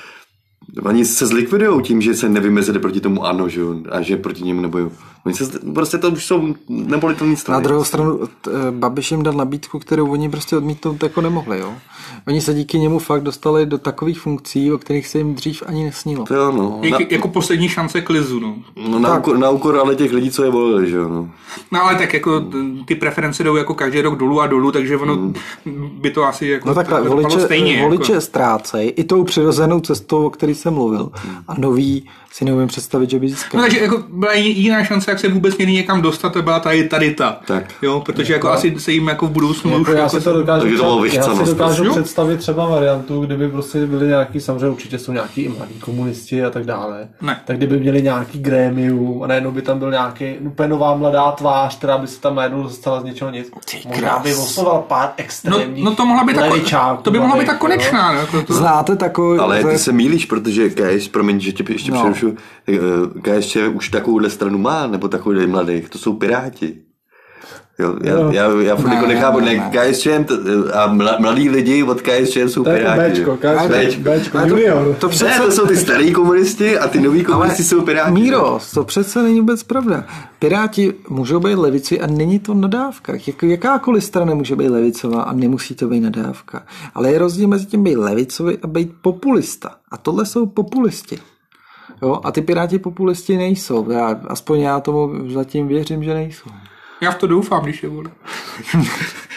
oni se zlikvidujou tím, že se nevymezili proti tomu ano, že jo, a že proti němu nebojují. Oni se, prostě to už jsou nepolitelní strany. Na druhou stranu Babiš jim dal nabídku, kterou oni prostě odmítnout jako nemohli, jo. Oni se díky němu fakt dostali do takových funkcí, o kterých se jim dřív ani nesnilo. To jo, no. Jak, na, jako poslední šance k lizu, no. No na, úkor, na úkor ale těch lidí, co je volili, že jo, no. No ale tak jako ty preference jdou jako každý rok dolů a dolů, takže ono hmm. by to asi jako no takhle, voliče, stejně. Voliče jako ztrácej i tou přirozenou cestou, o který jsem mluvil. A nový si neumím představit, že by získal. No takže jako byla jiná šance, jak se vůbec měli někam dostat, to byla tady, tady ta. Tak. Jo, protože jako no. asi se jim jako v budoucnu jako já si to dokážu, to to já si dokážu představit třeba variantu, kdyby prostě byli nějaký, samozřejmě určitě jsou nějaký i mladí komunisti a tak dále. Ne. Tak kdyby měli nějaký grémium a najednou by tam byl nějaký úplně nová mladá tvář, která by se tam najednou dostala z něčeho nic. Možná by osloval pár extrémních no, no to mohla být tak, to by mohla být tak konečná. No, to... Znáte takový... Ale ty se mýlíš, protože K S, promiň, že tě ještě no. přerušu, K S Č už takovouhle stranu má, nebo takovýhle mladých, to jsou Piráti. Jo, já, no. já, já furt jako nechápu, ne, ne, K S Č a mladí lidi od K S Č jsou Piráti. Bčko, Bčko, Bčko, junior. To, to, ne, to jsou ty starý komunisti a ty noví komunisti jsou Piráti. Míro, to přece není vůbec pravda. Piráti můžou být levici a není to nadávka. Jak, jakákoliv strana může být levicová a nemusí to být nadávka. Ale je rozdíl mezi tím být levicový a být populista. A tohle jsou populisti. Jo, a ty Piráti populisti nejsou. Já, aspoň já tomu zatím věřím, že nejsou. Já v to doufám, když je vole.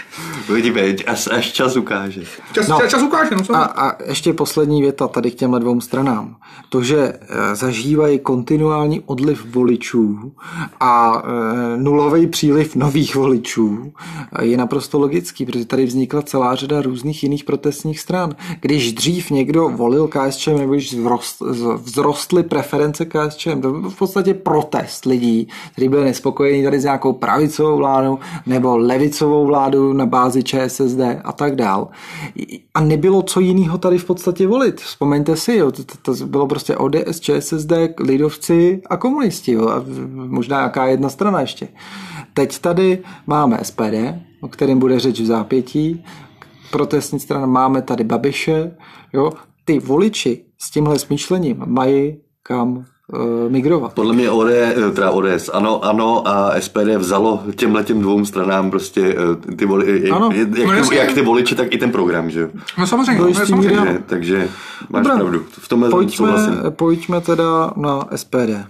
Uvidíme, až, až čas ukáže. Čas, no, čas ukáže, no co? A, a ještě poslední věta tady k těmhle dvou stranám. To, že zažívají kontinuální odliv voličů a e, nulový příliv nových voličů, je naprosto logický, protože tady vznikla celá řada různých jiných protestních stran. Když dřív někdo volil K S Č M nebo když vzrost, vzrostly preference K S Č M, to byl v podstatě protest lidí, kteří byli nespokojení tady s nějakou pravicovou vládou nebo levicovou vládu na bázi Č S S D a tak dál. A nebylo co jiného tady v podstatě volit. Vzpomeňte si, jo, to, to, to bylo prostě O D S, Č S S D, lidovci a komunisti. Jo, a možná jaká jedna strana ještě. Teď tady máme S P D, o kterém bude řeč v zápětí. Protestní strana, máme tady Babiše. Jo. Ty voliči s tímhle smýšlením mají kam migrovat. Podle mě O D, teda O D S, ano, ano a S P D vzalo těmhletěm dvou stranám prostě ty voli, jak, jak, jak ty voliči, tak i ten program, že jo? No samozřejmě. No, samozřejmě. Takže, takže máš Dobrá. pravdu. V tomhle pojďme, pojďme teda na S P D.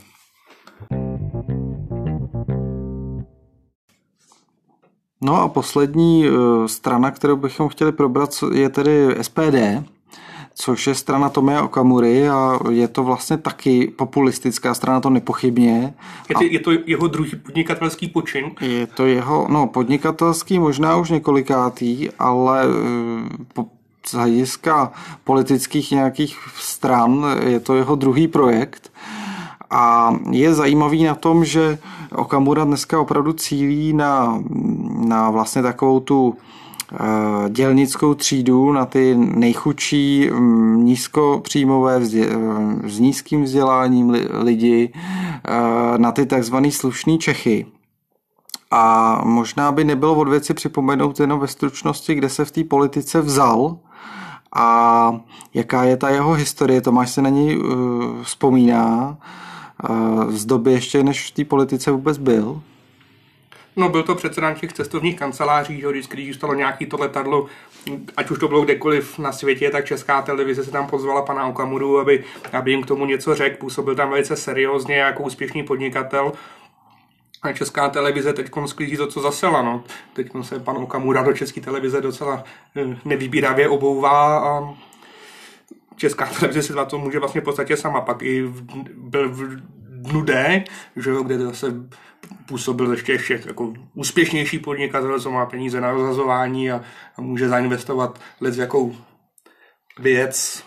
No a poslední strana, kterou bychom chtěli probrat, je tedy S P D, což je strana Tomia Okamury a je to vlastně taky populistická strana, to nepochybně. Je to, je to jeho druhý podnikatelský počin? Je to jeho, no podnikatelský možná už několikátý, ale po, z hlediska politických nějakých stran je to jeho druhý projekt. A je zajímavý na tom, že Okamura dneska opravdu cílí na, na vlastně takovou tu dělnickou třídu, na ty nejchudší, nízkopříjmové vzdě, s nízkým vzděláním lidi, na ty takzvaný slušný Čechy. A možná by nebylo od věci připomenout jenom ve stručnosti, kde se v té politice vzal a jaká je ta jeho historie. Tomáš se na ní vzpomíná z doby ještě, než v té politice vůbec byl. No, byl to předseda těch cestovních kanceláří, že vždycky, když stalo nějaký to letadlo, ať už to bylo kdekoliv na světě, tak Česká televize se tam pozvala pana Okamuru, aby, aby jim k tomu něco řekl. Působil tam velice seriózně jako úspěšný podnikatel. A Česká televize teď sklízí to, co zasela. No. Teď se pan Okamura do České televize docela nevybíravě obouvá a Česká televize si to může vlastně v podstatě sama. Pak i byl v dnu D, že jo, kde zase působil ještě, ještě jako úspěšnější podnikatel, co má peníze na rozhazování a, a může zainvestovat lec jakou věc.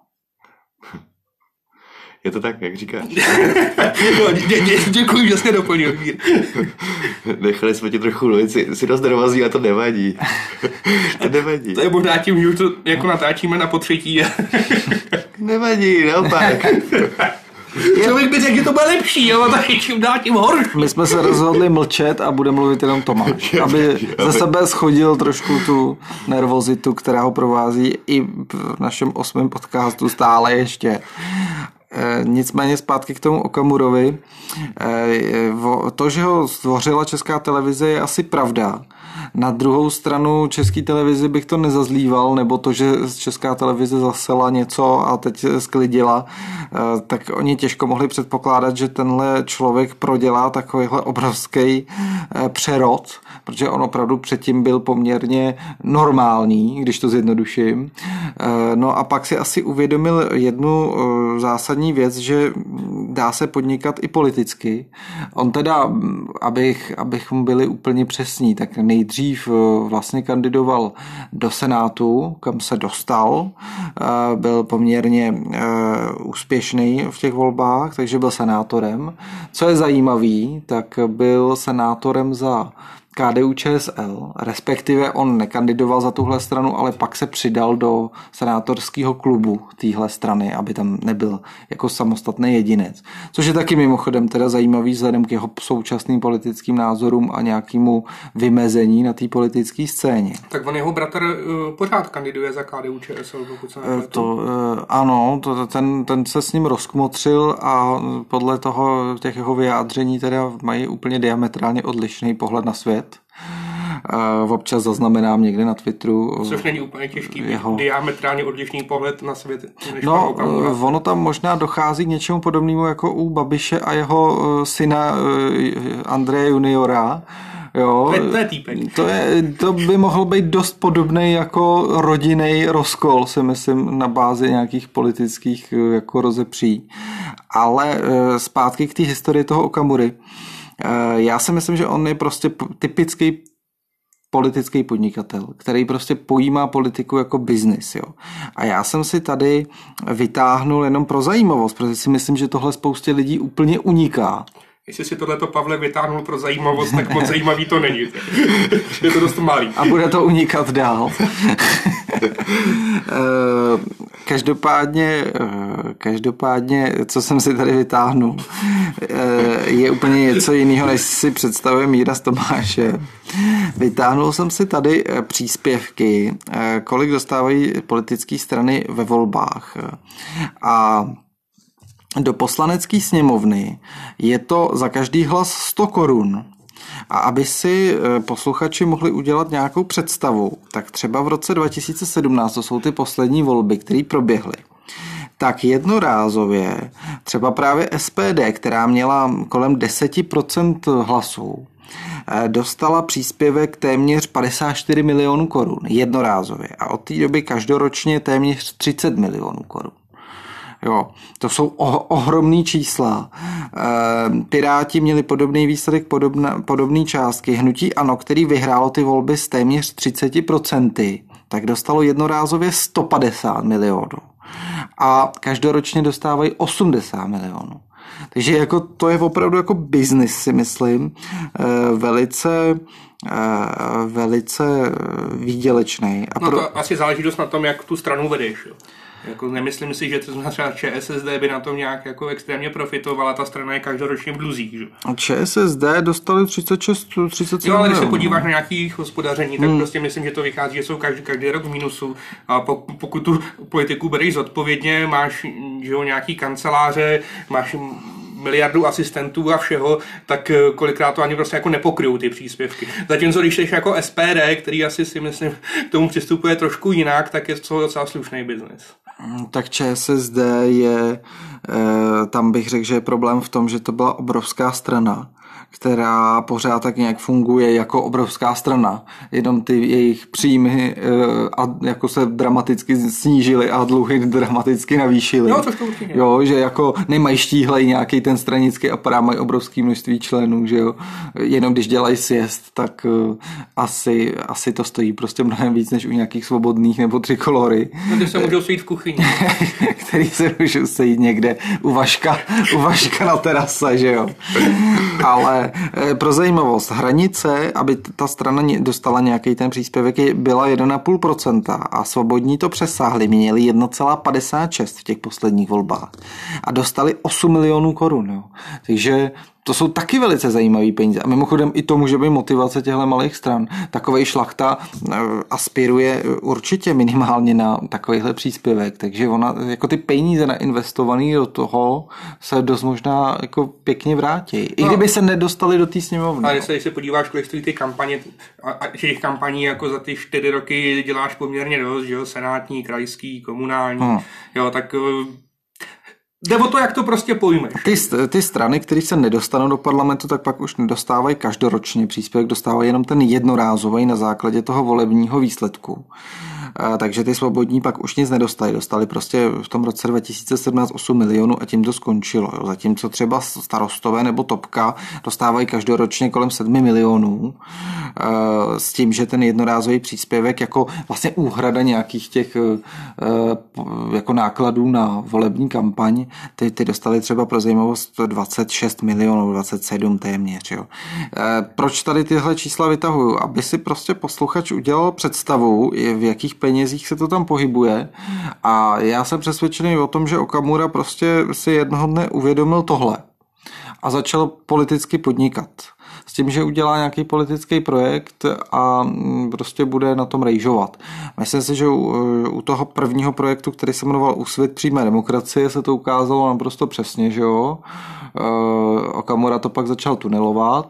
Je to tak, jak říkáš? no, dě, dě, děkuji, že jste doplnil. Nechali jsme ti trochu mluvit, si, si dost nervózní a to nevadí. To nevadí. To je možná tím, že to jako natáčíme na potřetí. Nevadí, naopak. Člověk by řekl, že to bude lepší, ale tady čím dál tím horší. My jsme se rozhodli mlčet a bude mluvit jenom Tomáš, aby ze sebe schodil trošku tu nervozitu, která ho provází i v našem osmém podcastu stále ještě. Nicméně zpátky k tomu Okamurovi. To, že ho stvořila Česká televize, je asi pravda. Na druhou stranu České televizi bych to nezazlíval, nebo to, že Česká televize zasela něco a teď sklidila, tak oni těžko mohli předpokládat, že tenhle člověk prodělá takovýhle obrovský přerod, protože on opravdu předtím byl poměrně normální, když to zjednoduším. No a pak si asi uvědomil jednu zásadní věc, že dá se podnikat i politicky. On teda, abych, abychom byli úplně přesní, tak nejdřív vlastně kandidoval do Senátu, kam se dostal. Byl poměrně úspěšný v těch volbách, takže byl senátorem. Co je zajímavý, tak byl senátorem za K D U Č S L, respektive on nekandidoval za tuhle stranu, ale pak se přidal do senátorského klubu téhle strany, aby tam nebyl jako samostatný jedinec. Což je taky mimochodem teda zajímavý vzhledem k jeho současným politickým názorům a nějakému vymezení na té politické scéně. Tak on jeho bratr uh, pořád kandiduje za K D U Č S L, pokud se nepletu. To, uh, ano, to, ten, ten se s ním rozkmotřil a podle toho těch jeho vyjádření teda mají úplně diametrálně odlišný pohled na svět. Uh, občas zaznamenám někde na Twitteru. Což není úplně těžký, jeho diametrálně odlišný pohled na svět. Než no, uh, ono tam možná dochází k něčemu podobnému jako u Babiše a jeho uh, syna uh, Andreje juniora, Jo, to, je, to je týpek. To, je, to by mohl být dost podobný jako rodinný rozkol, si myslím, na bázi nějakých politických jako rozepří. Ale zpátky k té historii toho Okamury. Já si myslím, že on je prostě typický politický podnikatel, který prostě pojímá politiku jako biznis. Jo. A já jsem si tady vytáhnul jenom pro zajímavost, protože si myslím, že tohle spoustě lidí úplně uniká. Jestli si tohleto, Pavle, vytáhnul pro zajímavost, tak moc zajímavý to není. Je to dost malý. A bude to unikat dál. Každopádně, každopádně, co jsem si tady vytáhnul, je úplně něco jiného, než si představuje Míra z Tomáše. Vytáhnul jsem si tady příspěvky, kolik dostávají politické strany ve volbách. A do poslanecké sněmovny je to za každý hlas sto korun. A aby si posluchači mohli udělat nějakou představu, tak třeba v roce dva tisíce sedmnáct, to jsou ty poslední volby, které proběhly, tak jednorázově třeba právě S P D, která měla kolem deset procent hlasů, dostala příspěvek téměř padesát čtyři milionů korun jednorázově a od té doby každoročně téměř třicet milionů korun. Jo, to jsou ohromný čísla. Piráti měli podobný výsledek, podobné, podobné částky. Hnutí ANO, který vyhrálo ty volby s téměř třicet procent, tak dostalo jednorázově sto padesát milionů. A každoročně dostávají osmdesát milionů. Takže jako to je opravdu jako biznis, si myslím, velice velice výdělečný. A pro... No to asi záleží dost na tom, jak tu stranu vedeš. Jo. Jako nemyslím si, že třeba ČSSD by na tom nějak jako extrémně profitovala, ta strana je každoročně v dluzích. Že? A ČSSD dostali třicet šest, třicet sedm. Jo, ale když se podíváš na nějaký hospodaření, tak hmm. prostě myslím, že to vychází, že jsou každý, každý rok v mínusu. A pokud tu politiku bereš zodpovědně, máš že jo, nějaký kanceláře, máš miliardu asistentů a všeho, tak kolikrát to ani prostě jako nepokryjou ty příspěvky. Zatímco když jsi jako S P D, který asi si myslím k tomu přistupuje trošku jinak, tak je to docela slušný biznis. Tak ČSSD je, tam bych řekl, že je problém v tom, že to byla obrovská strana, která pořád tak nějak funguje jako obrovská strana. Jenom ty jejich příjmy a jako se dramaticky snížily a dluhy dramaticky navýšily. Jo, to určitě. Jo, že jako nemají štíhlej nějaký ten stranický aparát, mají obrovský množství členů, že jo. Jenom když dělají sjezd, tak asi, asi to stojí prostě mnohem víc než u nějakých svobodných nebo trikolory. No, ty se můžou sejít v kuchyni. Který se můžou sejít někde u Vaška, u Vaška na terase, že jo. Ale pro zajímavost, hranice, aby ta strana dostala nějaký ten příspěvek, byla jedna celá pět procenta a svobodní to přesáhli, měli jedna celá padesát šest v těch posledních volbách a dostali osm milionů korun. Jo. Takže to jsou taky velice zajímavý peníze. A mimochodem i to může být motivace těchto malých stran. Takovej Šlachta aspiruje určitě minimálně na takovýhle příspěvek. Takže ona, jako ty peníze nainvestované do toho se dost možná jako pěkně vrátí. I kdyby se nedostali do té sněmovny. Ale když se podíváš, kolik stojí ty kampaně, a těch kampaní jako za ty čtyři roky děláš poměrně dost, že jo, senátní, krajský, komunální, hmm. jo, tak jde o to, jak to prostě pojmeš. Ty, ty strany, které se nedostanou do parlamentu, tak pak už nedostávají každoročně příspěvek, dostávají jenom ten jednorázový na základě toho volebního výsledku. A, takže ty svobodní pak už nic nedostali. Dostali prostě v tom roce dva tisíce sedmnáct osm milionů a tím to skončilo. Jo. Zatímco třeba starostové nebo topka dostávají každoročně kolem sedm milionů a, s tím, že ten jednorázový příspěvek jako vlastně úhrada nějakých těch a, jako nákladů na volební kampaň, ty, ty dostali třeba pro zajímavost dvacet šest milionů, dvacet sedm téměř. Jo. A, proč tady tyhle čísla vytahuju? Aby si prostě posluchač udělal představu, v jakých penězích se to tam pohybuje a já jsem přesvědčený o tom, že Okamura prostě si jednoho dne uvědomil tohle a začal politicky podnikat. S tím, že udělá nějaký politický projekt a prostě bude na tom rejžovat. Myslím si, že u, u toho prvního projektu, který se jmenoval Úsvit přímé demokracie, se to ukázalo naprosto přesně, že jo. Okamura to pak začal tunelovat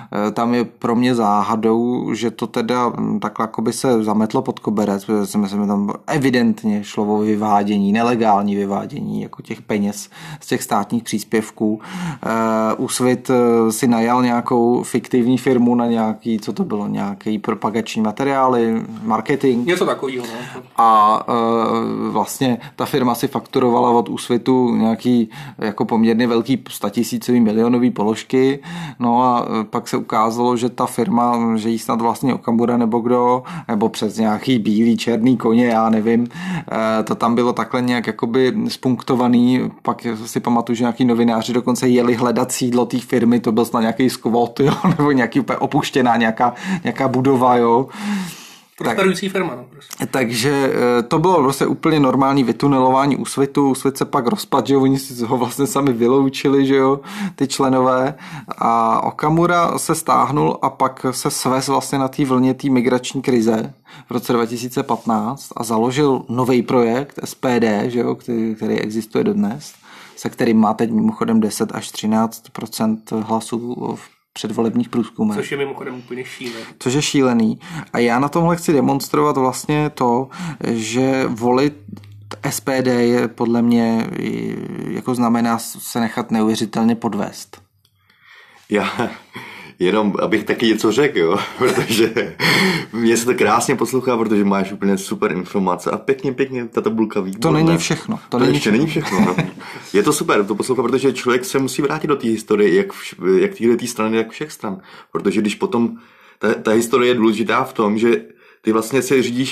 tam je pro mě záhadou, že to teda takhle jakoby se zametlo pod koberec, protože si myslím, že tam evidentně šlo o vyvádění, nelegální vyvádění jako těch peněz z těch státních příspěvků. Úsvit si najal nějakou fiktivní firmu na nějaký, co to bylo, nějaký propagační materiály, marketing. Něco takového. No. A vlastně ta firma si fakturovala od Úsvitu nějaký jako poměrně velký statisícový milionový položky, no a pak se ukázalo, že ta firma, že jí snad vlastně Okamura nebo kdo, nebo přes nějaký bílý, černý koně, já nevím, to tam bylo takhle nějak jakoby spunktovaný, pak si pamatuju, že nějaký novináři dokonce jeli hledat sídlo té firmy, to byl snad nějaký skvot, jo, nebo nějaký úplně opuštěná nějaká, nějaká budova, jo. Prosperující firma. No, prostě. Takže to bylo vlastně úplně normální vytunelování Úsvitu. Úsvit se pak rozpadl, že oni si ho vlastně sami vyloučili, že jo, ty členové. A Okamura se stáhnul a pak se svez vlastně na té vlně té migrační krize v roce dva tisíce patnáct a založil nový projekt S P D, že jo, který, který existuje dodnes, se kterým má teď mimochodem deset až třináct procent hlasů v předvolebních průzkumech. Což je mimochodem úplně šílený. Což je šílený. A já na tomhle chci demonstrovat vlastně to, že volit S P D je podle mě jako znamená se nechat neuvěřitelně podvést. Já jenom, abych taky něco řekl, jo? Protože mě se to krásně poslouchá, protože máš úplně super informace a pěkně, pěkně ta tabulka výborná. To není všechno. To, to není ještě všechno. není všechno. No. Je to super, to poslouchá, protože člověk se musí vrátit do té historie, jak, jak téhle tý strany, jak všech stran. Protože když potom, ta, ta historie je důležitá v tom, že ty vlastně se řídíš,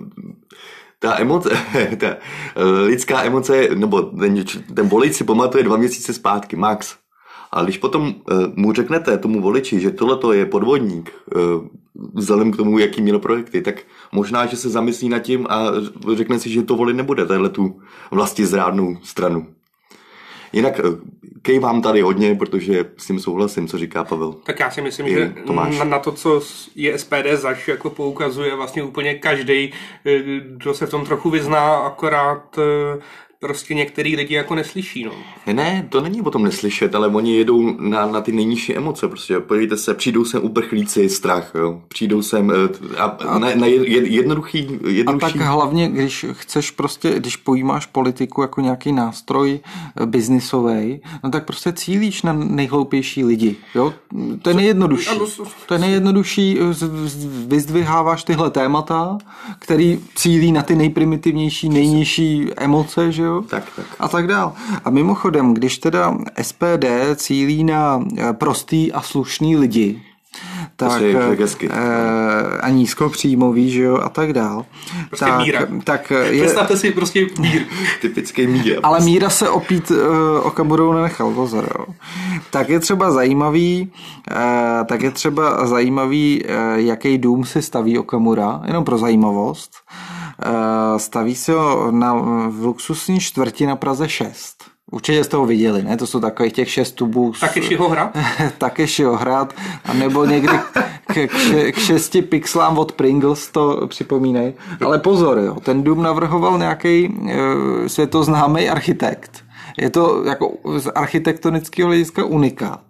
ta emoce, ta lidská emoce, nebo ten, ten volič si pamatuje dva měsíce zpátky, max. A když potom uh, mu řeknete tomu voliči, že tohleto je podvodník, uh, vzhledem k tomu, jaký měl projekty, tak možná, že se zamyslí nad tím a řekne si, že to volit nebude, tahle tu vlastizrádnou stranu. Jinak uh, kejvám tady hodně, protože s tím souhlasím, co říká Pavel. Tak já si myslím, I že na, na to, co je S P D zač, jako poukazuje vlastně úplně každý, kdo se v tom trochu vyzná, akorát uh, prostě některý lidi jako neslyší, no. Ne, to není o tom neslyšet, ale oni jedou na, na ty nejnižší emoce, prostě. Podívejte se, přijdou sem uprchlíci, strach, jo. Přijdou sem a, a na, na jed, jednoduchý, jednoduchý... A tak hlavně, když chceš prostě, když pojímáš politiku jako nějaký nástroj biznisový, no tak prostě cílíš na nejhloupější lidi, jo. To je nejjednodušší. To je nejjednodušší, vyzdviháváš tyhle témata, který cílí na ty nejprimitivnější, nejnižší emoce, že jo. Tak, tak. A tak dál. A mimochodem, když teda S P D cílí na prostý a slušný lidi, tak e, a nízkopříjmový, že jo, a tak dál. Prostě tak, míra. Tak je, představte si prostě mír. Typický míra. Ale míra se opít uh, Okamurou nenechal, pozor, jo. Tak je třeba zajímavý, uh, tak je třeba zajímavý, uh, jaký dům si staví Okamura, jenom pro zajímavost. Uh, staví se ho na, v luxusní čtvrti na Praze šest. Určitě jste ho viděli, ne? To jsou takových těch šest tubů. Takešiho hrad? Takešiho hrad. A nebo někdy k, k, k šesti pixlám od Pringles to připomínej. Ale pozor, jo, ten dům navrhoval nějaký uh, světoznámý architekt. Je to jako z architektonického hlediska unikát.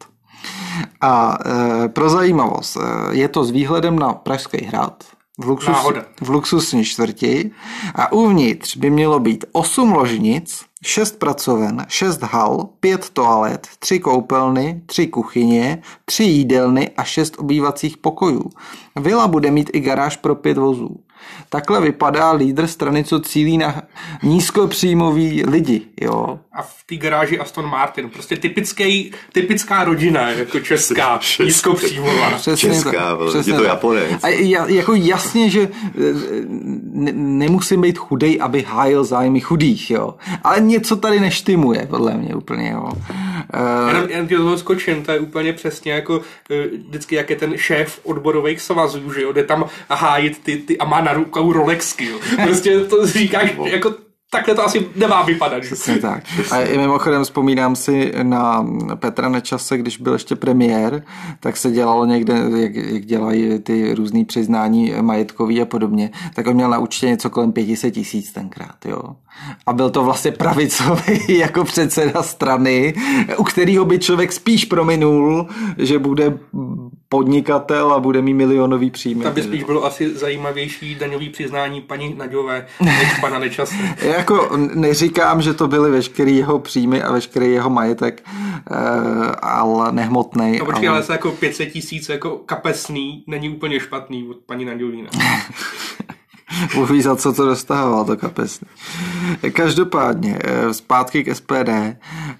A uh, pro zajímavost, uh, je to s výhledem na Pražský hrad, v, luxus, v luxusní čtvrti a uvnitř by mělo být osm ložnic, šest pracoven, šest hal, pět toalet, tři koupelny, tři kuchyně, tři jídelny a šest obývacích pokojů. Vila bude mít i garáž pro pět vozů. Takhle vypadá lídr strany, co cílí na nízkopříjmový lidi, jo. A v té garáži Aston Martin, prostě typický, typická rodina, jako česká, nízkopříjmová. Přesně česká, to, přesně je to Japonec. A jako jasně, že ne, nemusím být chudej, aby hájil zájmy chudých, jo. Ale něco tady neštimuje, podle mě úplně, jo. Jenom, jen ti toho skočím, to je úplně přesně jako vždycky, jak je ten šéf odborových svazů, že jo, jde tam hájit ty, ty a má na rukou Rolexky, jo. Prostě to říkáš, jako takhle to asi nemá vypadat. Přesně tak. A i mimochodem vzpomínám si na Petra Nečase, když byl ještě premiér, tak se dělalo někde, jak, jak dělají ty různý přiznání majetkový a podobně, tak on měl na účtě něco kolem pět set tisíc tenkrát, jo. A byl to vlastně pravicový jako předseda strany, u kterého by člověk spíš prominul, že bude podnikatel a bude mít milionový příjmy. Tam by spíš bylo asi zajímavější daňový přiznání paní Naďové než pana Nečase. Jako neříkám, že to byly veškerý jeho příjmy a veškerý jeho majetek, ale nehmotnej. No počkej, ale, ale se jako pět set tisíc jako kapesný není úplně špatný od paní Naďový. Mluví, za co to dostával, to kapesný. Každopádně, zpátky k S P D.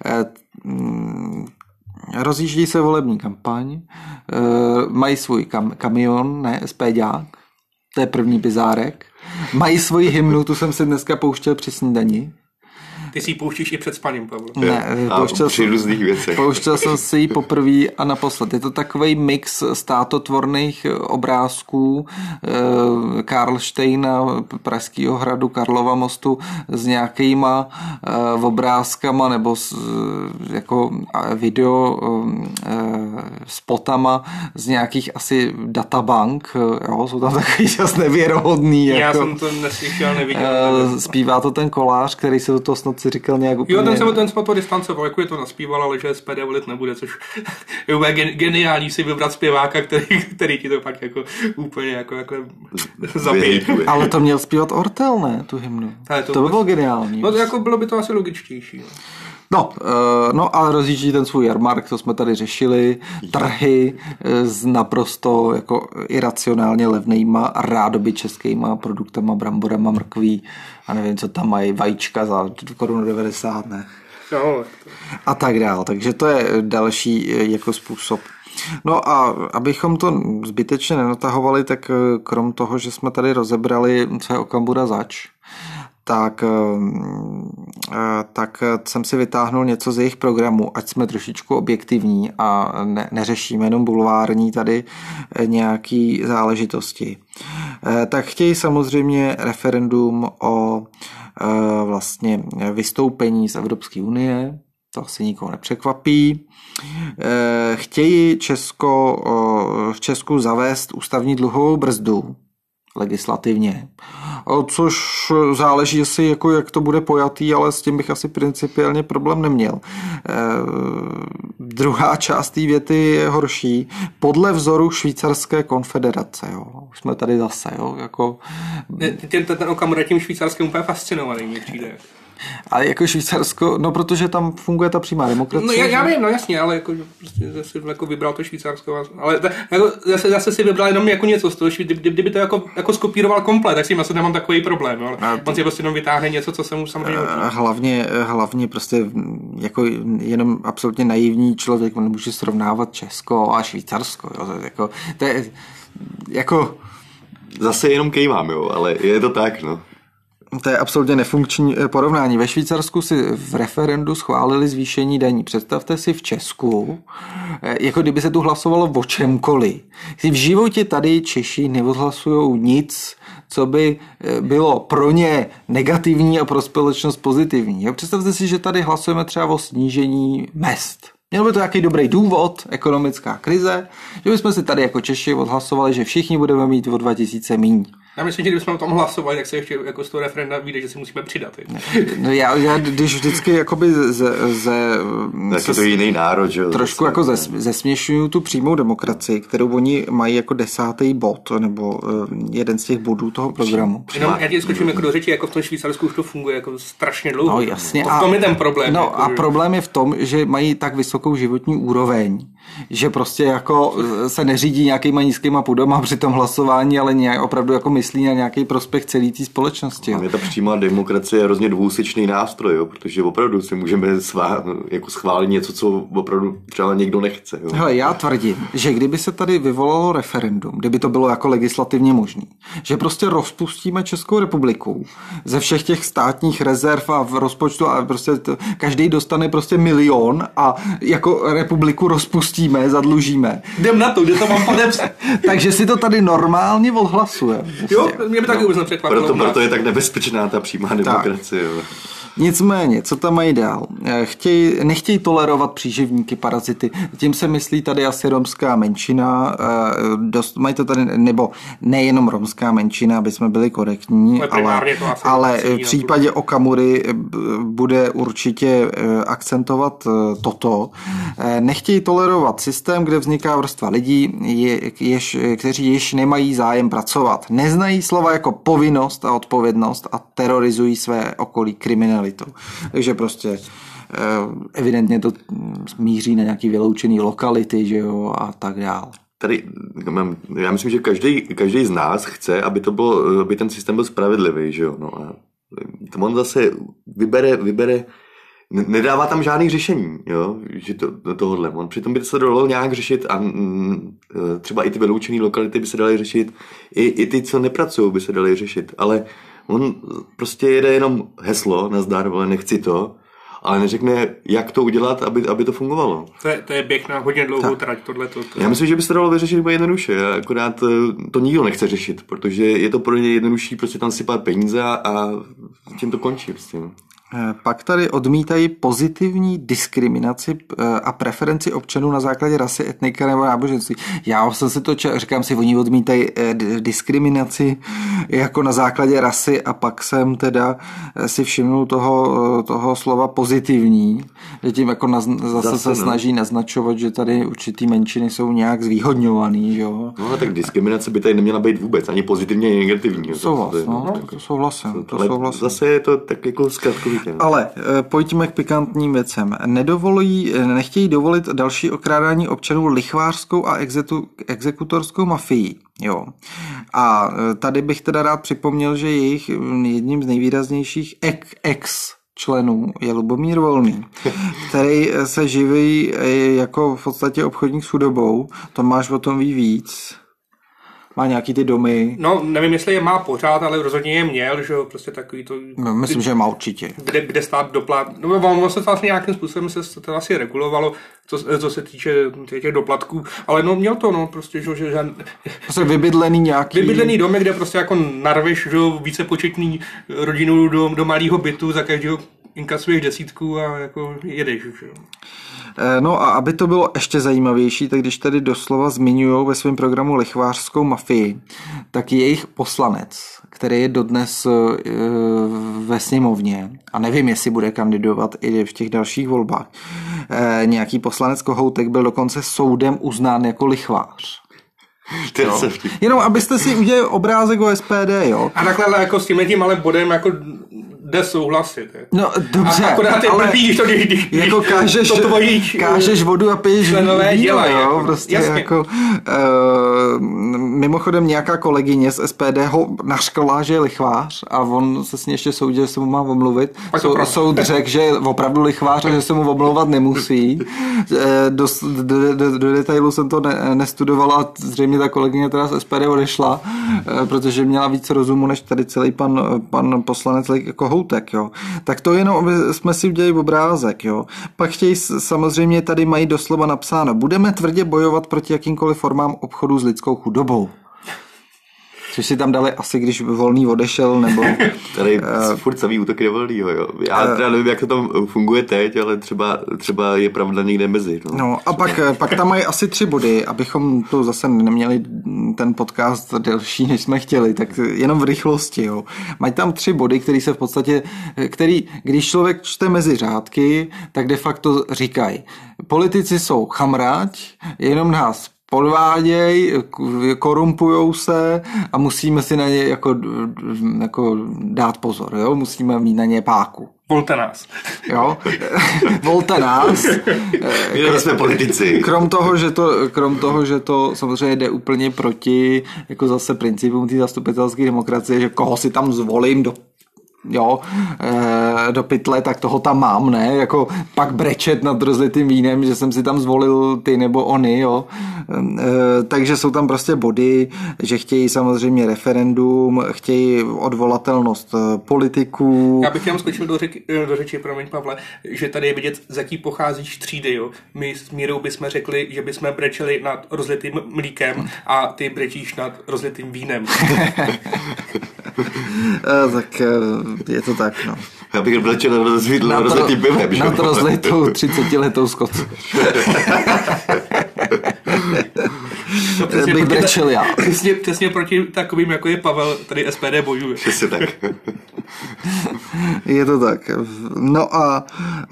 Rozjíždí se volební kampaň, mají svůj kam, kamion, ne, SPďák, to je první bizárek. Mají svoji hymnu, tu jsem si dneska pouštěl při snídani. Ty si ji pouštíš i před spaním, Pavlo. Ne, pouštěl, jsem, pouštěl jsem si ji poprvé a naposled. Je to takovej mix státotvorných obrázků e, Karlštejna, Pražského hradu, Karlova mostu s nějakýma e, obrázkama nebo s, jako video e, spotama z nějakých asi databank. Jo, jsou tam takový čas nevěrohodný. Já jako, jsem to neslyšel, neviděl. E, zpívá to ten kolář, který se do toho snad si říkal nějak úplně... Jo, ten se ten spot to distancoval, jako je to naspíval, ale že S P D volit nebude, což je úplně geniální si vybrat zpěváka, který, který ti to pak jako úplně jako, jako zabije. Ale to měl zpívat Ortel, ne, tu hymnu. To, to by bylo geniální. No to jako bylo by to asi logičtější. No. No, no, ale rozjíždí ten svůj jarmark, to jsme tady řešili, trhy s naprosto jako iracionálně levnejma rádoby českýma produktama, bramborama, mrkví a nevím, co tam mají, vajíčka za korunu devadesát, ne? No, a tak dál, takže to je další jako způsob. No a abychom to zbytečně nenatahovali, tak krom toho, že jsme tady rozebrali, co je Okamura zač, tak, tak jsem si vytáhnul něco z jejich programu, ať jsme trošičku objektivní a ne, neřešíme jenom bulvární tady nějaký záležitosti. Tak chtějí samozřejmě referendum o vlastně vystoupení z Evropské unie, to asi nikoho nepřekvapí. Chtějí Česko, v Česku zavést ústavní dluhovou brzdu, legislativně. Což záleží asi, jako jak to bude pojatý, ale s tím bych asi principiálně problém neměl. E, druhá část té věty je horší. Podle vzoru švýcarské konfederace. Jo. Už jsme tady zase. Jo. Jako... Ten, ten, ten Okamura tím švýcarským úplně fascinovaný mi přijde. Ale jako Švýcarsko, no protože tam funguje ta přímá demokracie. No já, já vím, no jasně, ale jako, prostě zase jako vybral to Švýcarsko, ale ta, jako, zase, zase si vybral jenom jako něco z toho, kdyby, kdyby to jako, jako skopíroval komplet, tak si asi nemám takový problém, ale no, on si prostě jenom vytáhne něco, co se mu samozřejmě hodí. Hlavně, hlavně prostě jako jenom absolutně naivní člověk nemůže srovnávat Česko a Švýcarsko, jo, to, jako, to je jako... Zase jenom kejvám, jo, ale je to tak, no. To je absolutně nefunkční porovnání. Ve Švýcarsku si v referendu schválili zvýšení daní. Představte si v Česku, jako kdyby se tu hlasovalo o čemkoliv. V životě tady Češi neodhlasujou nic, co by bylo pro ně negativní a pro společnost pozitivní. Představte si, že tady hlasujeme třeba o snížení mezd. Měl by to nějaký dobrý důvod, ekonomická krize, že bychom si tady jako Češi odhlasovali, že všichni budeme mít o dva tisíce míň. Já myslím, že kdybychom o tom hlasovali, tak se ještě jako z toho referenda vyjde, že si musíme přidat. No já, já když vždycky jakoby ze... ze tak je to jiný národ, že? Trošku jako ze, zesměšuju tu přímou demokracii, kterou oni mají jako desátý bod, nebo uh, jeden z těch bodů toho programu. Jenom já ti skočím jako do řeči, jako v tom Švýcarsku už to funguje jako strašně dlouho. No jasně. To v tom je ten problém. No jako, a že... problém je v tom, že mají tak vysokou životní úroveň, že prostě jako se neřídí nějakýma nízkýma půdama při tom hlasování, ale nějak opravdu jako myslí na nějaký prospekt celé té společnosti. A je ta přímá demokracie je hrozně dvousyčný nástroj, jo, protože opravdu si můžeme svá, jako schválit něco, co opravdu třeba někdo nechce. Jo. Hele, já tvrdím, že kdyby se tady vyvolalo referendum, kdyby to bylo jako legislativně možné, že prostě rozpustíme Českou republiku ze všech těch státních rezerv a v rozpočtu a prostě to, každý dostane prostě milion a jako republiku rozpustíme, zadlužíme. Jdem na to, kde to mám podepsat. Takže si to tady normálně odhlasujeme. Jo, mě by taky vůbec nepřekvapilo. Proto, proto je tak nebezpečná ta přímá demokracie. Nicméně, co tam mají dál? Chtěj, nechtějí tolerovat příživníky, parazity. Tím se myslí tady asi romská menšina. Dost, mají to tady, nebo nejenom romská menšina, aby jsme byli korektní, ale, ale v případě Okamury bude určitě akcentovat toto. Nechtějí tolerovat systém, kde vzniká vrstva lidí, je, jež, kteří již nemají zájem pracovat. Neznají slova jako povinnost a odpovědnost a terorizují své okolí kriminalitou. Takže prostě evidentně to míří na nějaký vyloučený lokality, že jo, a tak dál. Tady, já myslím, že každý, každý z nás chce, aby to bylo, aby ten systém byl spravedlivý, že jo, no a on zase vybere, vybere nedává tam žádný řešení, jo, že to, tohodle. On přitom by se dalo nějak řešit a m, třeba i ty vyloučené lokality by se daly řešit, i, i ty, co nepracují, by se daly řešit, ale on prostě jede jenom heslo, nazdar, ale nechci to, ale neřekne, jak to udělat, aby, aby to fungovalo. To je, to je běh na hodně dlouhou trať, tohleto. To... Já myslím, že by se to dalo vyřešit úplně jednoduše, akorát to nikdo nechce řešit, protože je to pro ně jednodušší prostě tam sypat peníze a tím to končí. Prostě. Pak tady odmítají pozitivní diskriminaci a preferenci občanů na základě rasy, etnika nebo náboženství. Já jsem si to čel, říkám si, oni odmítají diskriminaci jako na základě rasy a pak jsem teda si všimnul toho, toho slova pozitivní, že tím jako naz, zase, zase se snaží naznačovat, že tady určitý menšiny jsou nějak zvýhodňovaný. Jo? No tak diskriminace by tady neměla být vůbec, ani pozitivně, ani negativní. Souhlas, no, tak souhlasím. To ale souhlasím. Zase je to tak jako zkratkový. Ale pojďme k pikantním věcem. Nedovolují, nechtějí dovolit další okrádání občanů lichvářskou a exetu, exekutorskou mafií. Jo. A tady bych teda rád připomněl, že jejich jedním z nejvýraznějších ex členů je Lubomír Volný, který se živí jako v podstatě obchodník s chudobou. Tomáš o tom ví víc. Má nějaký ty domy. No, nevím, jestli je má pořád, ale rozhodně je měl, že jo, prostě takový to... No, myslím, že má určitě. Kde, kde stát doplat... No, ono se vlastně nějakým způsobem se to asi regulovalo, co, co se týče těch doplatků, ale no, měl to, no, prostě, že... že prostě vybydlený nějaký... Vybydlený domy, kde prostě jako narveš, že jo, vícepočetný rodinu do, do malého bytu, za každého inkasuješ desítku a jako jedeš, že jo. No a aby to bylo ještě zajímavější, tak když tady doslova zmiňují ve svém programu lichvářskou mafii, tak jejich poslanec, který je dodnes ve sněmovně, a nevím, jestli bude kandidovat i v těch dalších volbách, nějaký poslanec Kohoutek byl dokonce soudem uznán jako lichvář. Jenom abyste si udělali obrázek o S P D, jo. A takhle jako s tímhle malým bodem jako jde souhlasit. Je. No dobře, a akorát je ale blbý, když to, když, když, jako kážeš, to tvojí, kážeš vodu a piješ víno, dělají, jo, jako, prostě jasně. jako uh, mimochodem nějaká kolegyně z S P D ho naškala, že je lichvář a on se s ní ještě soudil, že se mu má omluvit. Sou, soud řekl, že je opravdu lichvář a že se mu omlouvat nemusí. Do, do, do, do detailu jsem to ne, nestudovala, zřejmě ta kolegyně teda z S P D odešla, protože měla víc rozumu než tady celý pan, pan poslanec Kohoutek, jo. Tak to jenom, aby jsme si udělali obrázek, jo. Pak chtějí, samozřejmě tady mají doslova napsáno, budeme tvrdě bojovat proti jakýmkoliv formám obchodu s lidskou chudobou. Což si tam dali asi, když Volný odešel, nebo... Tady uh, furt samý útoky do Volnýho, jo. Já uh, teda nevím, jak to tam funguje teď, ale třeba, třeba je pravda někde mezi. No, no a pak, pak tam mají asi tři body, abychom tu zase neměli ten podcast delší, než jsme chtěli, tak jenom v rychlosti, jo. Mají tam tři body, které se v podstatě, který, když člověk čte mezi řádky, tak de facto říkají, politici jsou chamráť, jenom nás podváděj, korumpujou se a musíme si na ně jako, jako dát pozor, jo? Musíme mít na ně páku. Volte nás. Jo? Volte nás. My jsme politici. Krom toho, že to, krom toho, že to samozřejmě jde úplně proti jako zase principům té zastupitelské demokracie, že koho si tam zvolím do jo, e, do pytle, tak toho tam mám, ne, jako pak brečet nad rozlitým vínem, že jsem si tam zvolil ty nebo oni, jo, e, takže jsou tam prostě body, že chtějí samozřejmě referendum, chtějí odvolatelnost politiků. Já bych jenom skočil do, řeči, do řeči, promiň Pavle, že tady je vidět, z jaký pocházíš třídy, jo, my s Mírou bychom řekli, že bychom brečeli nad rozlitým mlíkem a ty brečíš nad rozlitým vínem. Tak je to tak, no. Já bych vlečel na rozletý bivem. Na to rozletou třicetiletou Skotsku. Bych brečel já. Přesně, přesně proti takovým, jako je Pavel, tady S P D bojuje. Přesně tak. Je to tak. No a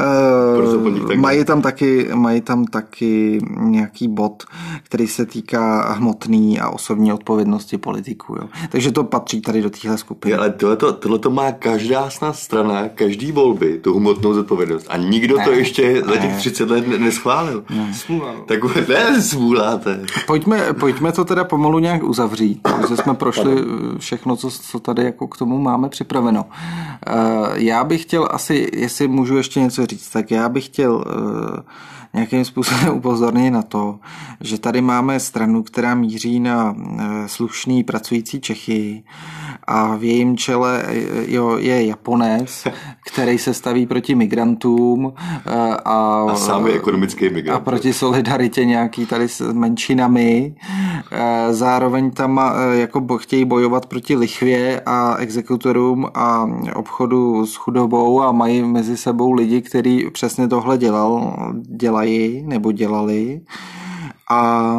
uh, mají tam taky, mají tam taky nějaký bod, který se týká hmotný a osobní odpovědnosti politiků. Jo. Takže to patří tady do téhle skupiny. Je, ale tohleto, tohleto má každá snad strana, každý volby, tu hmotnou zodpovědnost. A nikdo ne, to ještě ne. za těch třicet let neschválil. Ne. Smůla. Tak ne, smůláte. Pojďme, pojďme to teda pomalu nějak uzavřít, protože jsme prošli všechno, co, co tady jako k tomu máme připraveno. Já bych chtěl asi, jestli můžu ještě něco říct, tak já bych chtěl nějakým způsobem upozornit na to, že tady máme stranu, která míří na slušný pracující Čechy a v jejím čele jo, je Japonec, který se staví proti migrantům a, a sám je ekonomický migrant. A proti solidaritě nějaký tady s menšinami. Zároveň tam jako chtějí bojovat proti lichvě a exekutorům a obchodu s chudobou a mají mezi sebou lidi, kteří přesně tohle dělal, dělají nebo dělali. A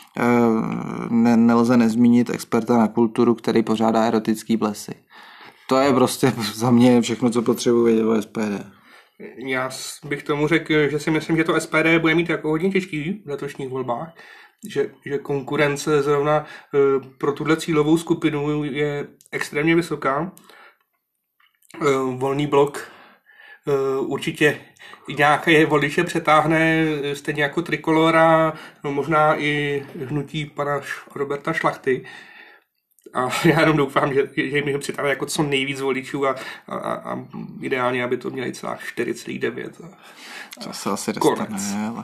ne, nelze nezmínit experta na kulturu, který pořádá erotický plesy. To je prostě za mě všechno, co potřebuji vědět o S P D. Já bych tomu řekl, že si myslím, že to S P D bude mít jako hodně těžký v letošních volbách, že, že konkurence zrovna pro tuhle cílovou skupinu je extrémně vysoká. Volný blok určitě nějaké voliče přetáhne, stejně jako Trikolora, no možná i hnutí pana Roberta Šlachty. A já jenom doufám, že, že jim přitáhne jako co nejvíc voličů a, a, a ideálně, aby to měli celá čtyři celá devět. To se asi dostane.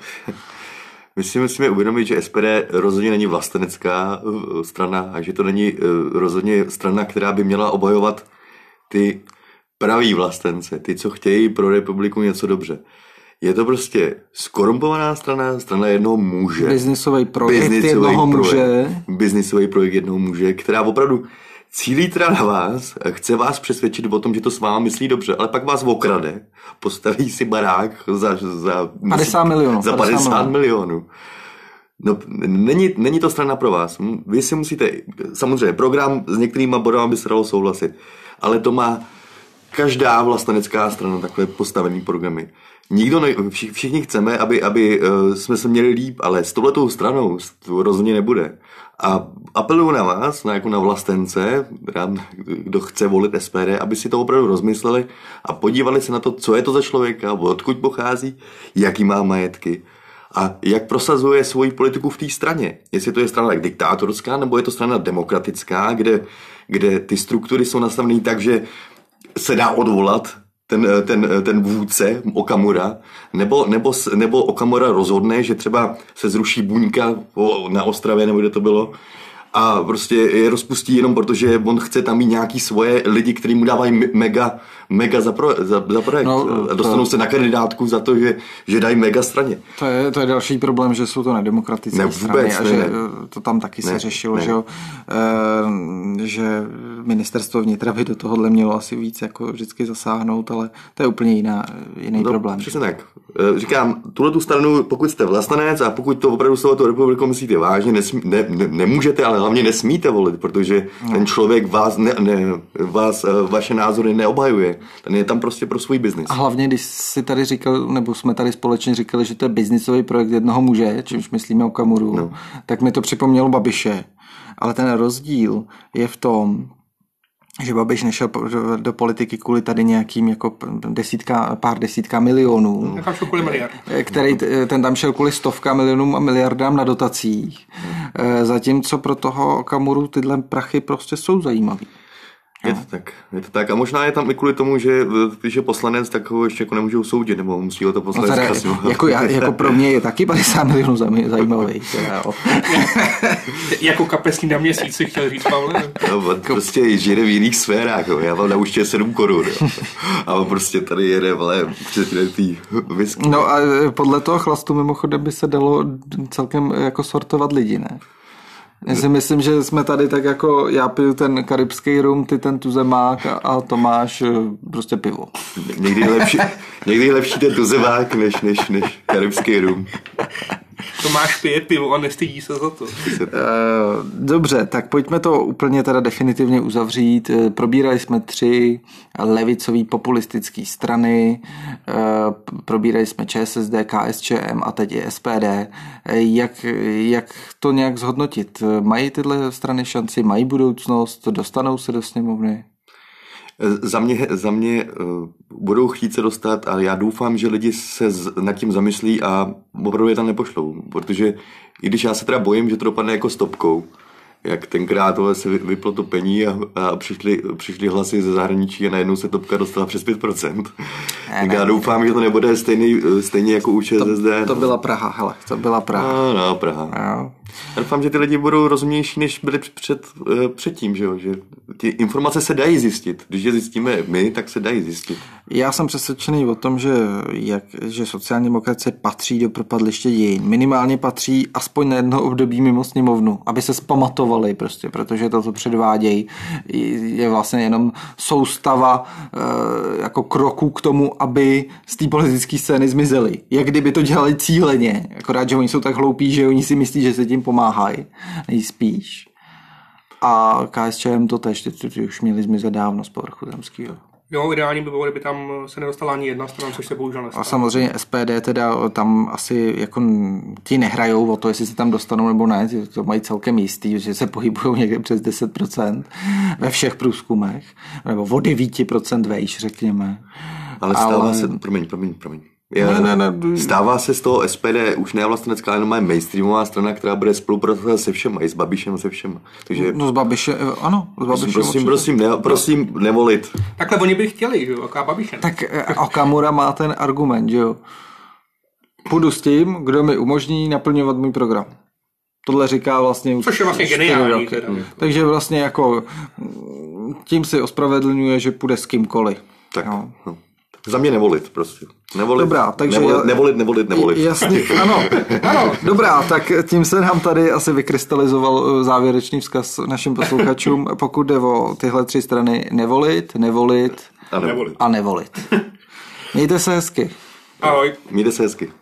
My si musíme uvědomit, že S P D rozhodně není vlastenecká strana a že to není rozhodně strana, která by měla obhajovat ty praví vlastence, ty, co chtějí pro republiku něco dobře. Je to prostě skorumpovaná strana, strana jednoho muže. Biznisový projekt Biznisový jednoho projekt, muže. Biznisový projekt jednoho muže, která opravdu cílí teda na vás, chce vás přesvědčit o tom, že to s váma myslí dobře, ale pak vás okrade, postaví si barák za, za padesát milionů. Za padesát milionů. No, není, není to strana pro vás. Vy si musíte, samozřejmě, program s některýma bodama by se dalo souhlasit, ale to má každá vlastenecká strana takové postavený programy. Nikdo ne, všichni chceme, aby, aby jsme se měli líp, ale s touhletou stranou to rozhodně nebude. A apeluju na vás, na, jako na vlastence, kdo chce volit S P D, aby si to opravdu rozmysleli a podívali se na to, co je to za člověka, odkud pochází, jaký má majetky a jak prosazuje svoji politiku v té straně. Jestli to je strana tak diktátorská, nebo je to strana demokratická, kde, kde ty struktury jsou nastavené tak, že se dá odvolat ten, ten, ten vůdce Okamura, nebo, nebo, nebo Okamura rozhodne, že třeba se zruší buňka na Ostravě, nebo kde to bylo, a prostě je rozpustí jenom proto, že on chce tam mít nějaký svoje lidi, kteří mu dávají mega, mega za, pro, za, za projekt. No, a dostanou to... se na kandidátku za to, že, že dají mega straně. To je, to je další problém, že jsou to nedemokratické ne, strany vůbec, a ne, že ne. to tam taky ne, se řešilo, ne. Že, e, že ministerstvo vnitra by do tohohle mělo asi víc jako vždycky zasáhnout, ale to je úplně jiná, jiný no, problém. Přesně tak. Říkám, tuhle tu stranu, pokud jste vlastenec a pokud to opravdu s touto republikou myslíte vážně, nesmí, ne, ne, nemůžete, ale hlavně nesmíte volit, protože no. ten člověk vás, ne, ne, vás, vaše názory neobhajuje. Ten je tam prostě pro svůj biznis. A hlavně, když si tady říkal, nebo jsme tady společně říkali, že to je biznisový projekt jednoho muže, čímž myslíme Okamuru, no. tak mi to připomnělo Babiše. Ale ten rozdíl je v tom, že Babiš nešel do politiky kvůli tady nějakým jako desítka, pár desítka milionů. Tam šel kvůli miliard. Který, ten tam šel kvůli stovka milionům a miliardám na dotacích. Zatímco pro toho Okamuru tyhle prachy prostě jsou zajímavý. Je to tak, je to tak. A možná je tam i kvůli tomu, že když je poslanec, tak ho ještě jako nemůžou soudit, nebo musí ho to poslanec no teda, jako, já, jako pro mě je taky padesát milionů zajímavý. Jako kapesní na měsíc si chtěl říct, Pavle. No, prostě žije v jiných sférách. Jo. Já vám dám už sedm korun. A on prostě tady jede, vole, přesvědčitý whisky. No a podle toho chlastu mimochodem by se dalo celkem jako sortovat lidi, ne? Já si myslím, že jsme tady tak jako já piju ten karibský rum, ty ten tuzemák a, a Tomáš prostě pivo. Někdy je lepší, někdy je lepší ten tuzemák než, než, než karibský rum. Tomáš pije pivo a nestydí se za to. Dobře, tak pojďme to úplně teda definitivně uzavřít. Probírali jsme tři levicové populistické strany, probírali jsme ČSSD, KSČM a teď i S P D. Jak, jak to nějak zhodnotit? Mají tyhle strany šanci, mají budoucnost, dostanou se do sněmovny? Za mě, za mě uh, budou chtít se dostat, ale já doufám, že lidi se z, nad tím zamyslí a opravdu je tam nepošlou, protože i když já se teda bojím, že to dopadne jako stopkou, jak tenkrát tohle se vyplo topení a, a přišly, přišly hlasy ze zahraničí a najednou se topka dostala přes pět procent. Tak já doufám, že to nebude stejný, stejně jako u ČSSD. To, to byla Praha, hele, to byla Praha. No, no Praha. No. Já doufám, že ty lidi budou rozumnější, než byli před, před tím, že, jo? Že ty informace se dají zjistit. Když je zjistíme my, tak se dají zjistit. Já jsem přesvědčený o tom, že, jak, že sociální demokracie patří do propadliště dějin. Minimálně patří aspoň na jedno období mimo sněmovnu, aby se zpamatovali prostě, protože to, co předvádějí, je vlastně jenom soustava e, jako kroků k tomu, aby z té politické scény zmizely. Jak kdyby to dělali cíleně. Akorát, že oni jsou tak hloupí, že oni si myslí, že se tím pomáhají. Nejspíš. A KSČM to tež, ty, ty, ty už měli zmizet dávno z povrchu zemského. Jo, ideální by bylo, kdyby tam se nedostala ani jedna strana, což se bohužel nestalo. A samozřejmě S P D teda tam asi jako ti nehrajou o to, jestli se tam dostanou nebo ne, to mají celkem jistý, že se pohybují někde přes deset procent ve všech průzkumech, nebo o devět procent vejš, řekněme. Ale stává Ale... se, promiň, promiň, promiň. Je, ne, ne, ne. Stává se z toho S P D už ne vlastenecká, jenom má mainstreamová strana, která bude spolupracovat se všema, i s Babišem se všema. Takže... No s Babišem, ano. S Babišem prosím, prosím, ne, prosím, nevolit. Takhle oni by chtěli, že jo, aká Babišem. Tak Okamura má ten argument, že jo. Půjdu s tím, kdo mi umožní naplňovat můj program. Tohle říká vlastně... Což je vlastně geniální. Teda. Takže vlastně jako tím si ospravedlňuje, že půjde s kýmkoliv. Tak, no. No. Za mě nevolit prostě. Nevolit, dobrá, takže nevolit, nevolit, nevolit, nevolit. Jasně, ano, ano, dobrá, tak tím se nám tady asi vykrystalizoval závěrečný vzkaz našim posluchačům. Pokud jde o tyhle tři strany, nevolit, nevolit a nevolit. A nevolit. Mějte se hezky. Ahoj. Mějte se hezky.